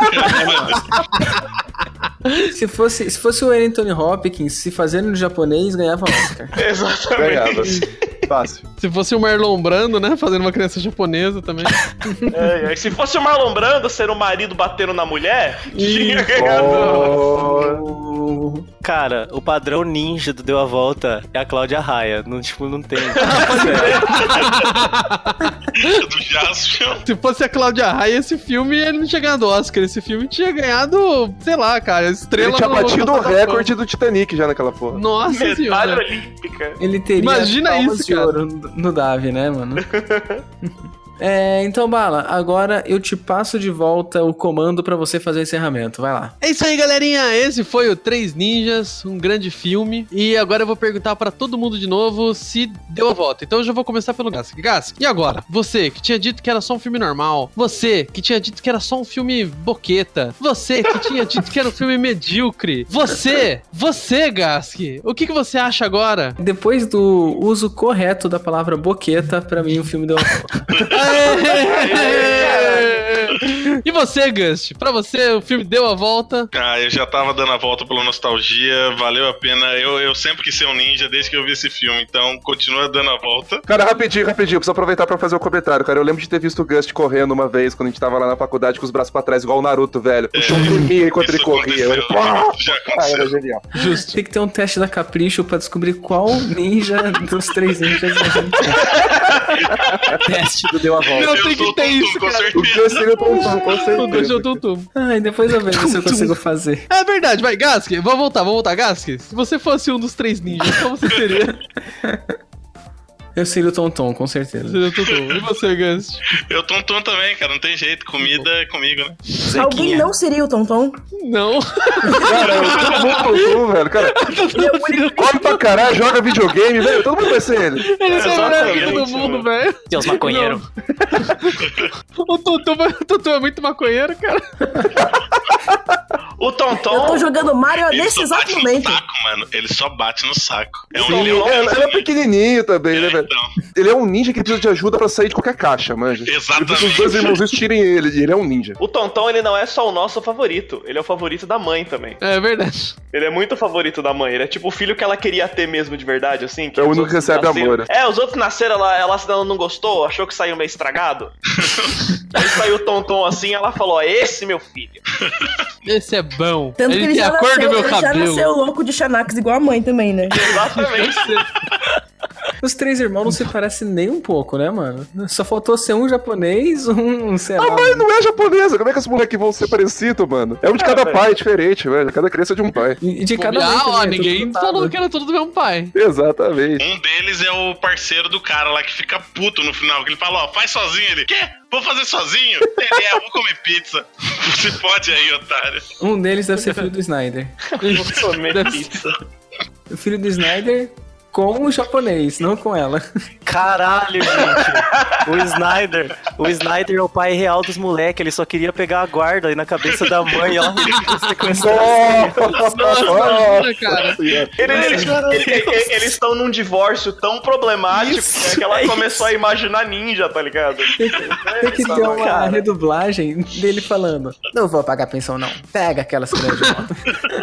Se fosse, se fosse o Anthony Hopkins se fazendo no japonês, ganhava Oscar. Ganhava. Exatamente. Fácil. Se fosse o Marlon Brando, né? Fazendo uma criança japonesa também. É, é. Se fosse o Marlon Brando ser o marido batendo na mulher, tinha ganhado. Oh, Cara, o padrão ninja do Deu a Volta é a Cláudia Raia. Não, tipo, não tem. Do Jaspion. Se fosse a Cláudia Raia, esse filme ele não tinha ganhado Oscar. Esse filme tinha ganhado, sei lá, cara, estrela ele tinha no- batido no- o recorde do Titanic já naquela porra. Nossa Medalha senhora. olímpica. Ele teria Imagina palmas isso, de cara. ouro no no Davi, né, mano? É, então, Bala, agora eu te passo de volta o comando pra você fazer o encerramento. Vai lá. É isso aí, galerinha. Esse foi o Três Ninjas, um grande filme. E agora eu vou perguntar pra todo mundo de novo se deu a volta. Então eu já vou começar pelo Gask. Gask, e agora? Você que tinha dito que era só um filme normal. Você que tinha dito que era só um filme boqueta. Você que tinha dito que era um filme medíocre. Você, você, Gask. O que, que você acha agora? Depois do uso correto da palavra boqueta, pra mim o filme deu uma volta. E você, Gust? Pra você, o filme deu a volta. Ah, eu já tava dando a volta pela nostalgia, valeu a pena. Eu, eu sempre quis ser um ninja desde que eu vi esse filme, então continua dando a volta. Cara, rapidinho, rapidinho, preciso aproveitar pra fazer o comentário, cara. Eu lembro de ter visto o Gust correndo uma vez, quando a gente tava lá na faculdade com os braços pra trás, igual o Naruto, velho. O chão tremia enquanto ele Isso corria. aconteceu, Ele... Pá! já Ah, aconteceu. era genial. Justo. Tem que ter um teste da Capricho pra descobrir qual ninja dos três ninjas a gente é. Teste do Deu a Volta. Não, Eu tem sou que ter tum-tum, isso, com cara. O Gust seria o Tonton, com O Gust é o certeza. Tum-Tum. Ai, depois eu vejo se eu consigo fazer. É verdade, vai, Gask, vamos voltar, vamos voltar, Gask. Se você fosse um dos três ninjas, qual você seria? Eu seria o Tonton, com certeza. Seria o Tonton. E você, Gans? Eu Tonton também, cara. Não tem jeito. Comida é comigo, né? Alguém não seria o Tonton? Não. Cara, eu todo mundo Tonton, velho. Cara, come pra caralho, joga videogame, velho. Todo mundo vai ser ele. Ele é o melhor que Exatamente, todo mundo, velho. Seus maconheiros. O Tonton, o Tonton é muito maconheiro, cara. O Eu tô Tonton. jogando Mario Ele nesse só exato bate momento. no saco, mano. Ele só bate no saco. É um Sim, ele é um Ele, ninja. ele é pequenininho também, né, velho? Então, Ele é um ninja que precisa de ajuda pra sair de qualquer caixa, manja. Ele precisa que os dois exatamente. irmãozinhos tirem ele, e ele é um ninja. O Tonton, ele não é só o nosso favorito. Ele é o favorito da mãe também. É verdade. Ele é muito favorito da mãe. Ele é tipo o filho que ela queria ter mesmo de verdade, assim. É o os único que outros recebe nasceram- amor. É, os outros nasceram, ela, ela ela não gostou, achou que saiu meio estragado. Aí saiu o Tonton assim, ela falou: ó, esse meu filho. Esse é bom. Tanto que ele ele tem já a cor nasceu, do meu ele já cabelo. nasceu louco de Xanax igual a mãe também, né? Exatamente. Os três irmãos não se parecem nem um pouco, né, mano? Só faltou ser um japonês, um, sei lá. A mãe não é japonesa, como é que os moleques vão ser parecidos, mano? É um de cada velho. pai diferente, velho. Cada criança é de um pai. E de cada mãe Ah, também, ó, é tudo ninguém mutado. falou que era tudo do mesmo pai. Exatamente. Um deles é o parceiro do cara lá que fica puto no final. Que ele fala, ó, faz sozinho. Ele, quê? Vou fazer sozinho? Ele é, vou comer pizza. Você pode aí, otário. Um deles deve ser filho do Snyder. Vou comer pizza. O filho do Snyder com o japonês, não com ela. Caralho, gente. O Snyder. O Snyder é o pai real dos moleques. Ele só queria pegar a guarda aí na cabeça da mãe e ela sequestrou. Nossa, cara. Eles eles- eles- eles estão num divórcio tão problemático Isso, que ela é começou a imaginar ninja, tá ligado? Tem que ter uma cara. redublagem dele falando: não vou pagar pensão, não. Pega aquelas crianças de volta.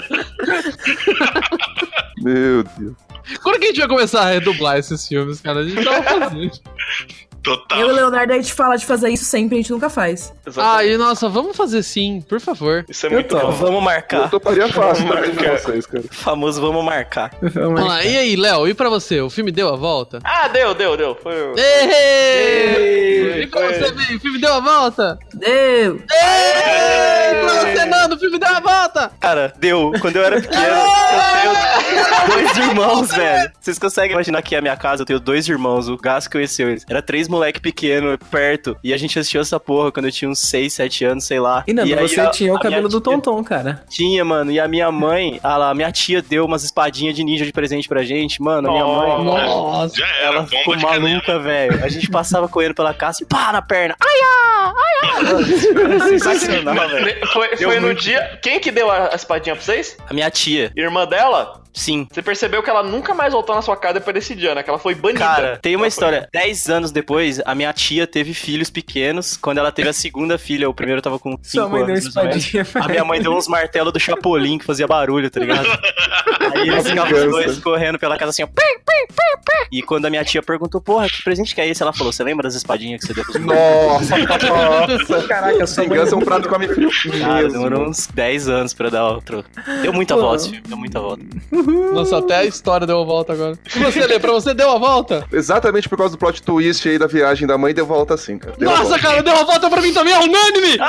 Meu Deus. Quando que a gente vai começar a redublar esses filmes, cara? A gente tava fazendo. Total. Eu e o Leonardo, a gente fala de fazer isso sempre, a gente nunca faz. Ah, e nossa, vamos fazer sim, por favor. Isso é muito bom. Vamos Eu marcar. toparia fácil também com vocês, cara. Famoso vamos marcar. Vamos lá, e aí, Léo, e pra você? O filme deu a volta? Ah, deu, deu, deu. Foi o... Ei! E pra Foi. você, bem, o filme deu a volta? Deu! Ei! Pra você, Nando, o filme deu a volta! Cara, deu. Quando eu era pequeno, eu tenho dois irmãos, velho. Vocês conseguem imaginar que a minha casa eu tenho dois irmãos, o Gas conheceu eles. Era três moleque pequeno, perto. E a gente assistiu essa porra quando eu tinha uns seis, sete anos, sei lá. E não, aí você a- tinha o a cabelo minha do tia- Tonton, cara. Tinha, mano. E a minha mãe, a, a minha tia deu umas espadinhas de ninja de presente pra gente. Mano, a minha mãe. Nossa. Já era, Ela bomba ficou de canela. maluca, velho. A gente passava correndo pela casa e pá na perna. Ai, ai, ai, ai. Era sensacional, velho. Foi, Deu foi no muito. dia... Quem que deu a a espadinha pra vocês? A minha tia, Irmã dela? sim. Você percebeu que ela nunca mais voltou na sua casa depois desse dia, né? Que ela foi banida. Cara, tem uma Ela foi- história. Dez anos depois, a minha tia teve filhos pequenos. Quando ela teve a segunda filha, o primeiro tava com Sua cinco mãe deu anos. mais ou menos. espadinha pra A minha mãe deu uns martelos do Chapolin que fazia barulho, tá ligado? Aí eles ficavam os dois correndo pela casa assim, ó. Pim, pim, pim, pim. E quando a minha tia perguntou, porra, que presente que é esse? Ela falou, você lembra das espadinhas que você deu pros meus? Nossa, nossa. Caraca, sua mãe... Vingança é um prato de come frio Cara, mesmo. demorou uns dez anos pra dar outro. Deu muita Pô. volta esse filme, deu muita volta. Nossa, até a história deu a volta agora. E você, Lê, pra você deu a volta? Exatamente por causa do plot twist aí da viagem da mãe, deu volta assim, cara. Deu a Nossa, volta. cara, deu a volta pra mim também, é unânime!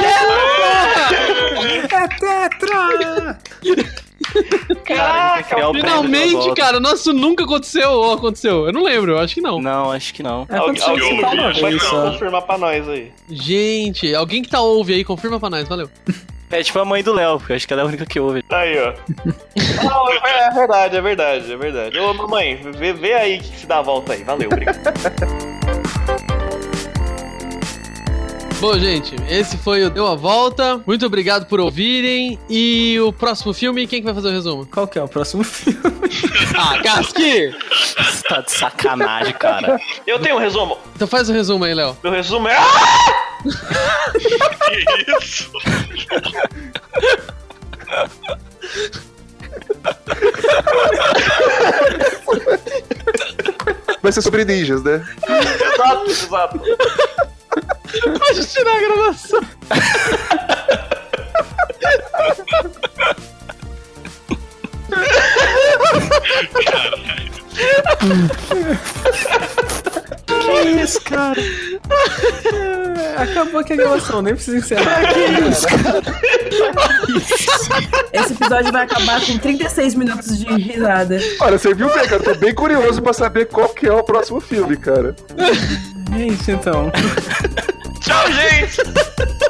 É tetra! Cara, a gente tem que criar o prêmio da Finalmente, volta. cara, nossa, isso nunca aconteceu ou aconteceu? Eu não lembro, eu acho que não. Não, acho que não. É, Alguém, aconteceu alguém isso só uma acho que pode vez não. só. confirmar pra nós aí. Gente, alguém que tá ouve aí, confirma pra nós, valeu. É tipo a mãe do Léo, porque eu acho que ela é a única que ouve. Aí, ó. Não, é, é verdade, é verdade, é verdade. Ô, mamãe, vê, vê aí que se dá a volta aí. Valeu, obrigado. Bom, gente, esse foi o Deu a Volta. Muito obrigado por ouvirem. E o próximo filme, quem que vai fazer o resumo? Qual que é o próximo filme? Ah, Casque! Você tá de sacanagem, cara. Eu tenho um resumo. Então faz o resumo aí, Léo. Meu resumo é. Ah! Que isso? Vai ser sobre ninjas, né? Exato, exato. Pode tirar a gravação. Que isso, cara? Acabou aqui a gravação, nem precisa encerrar. Esse episódio vai acabar com trinta e seis minutos de risada. Olha, você viu bem, cara? Tô bem curioso pra saber qual que é o próximo filme, cara. É isso então. Tchau, gente!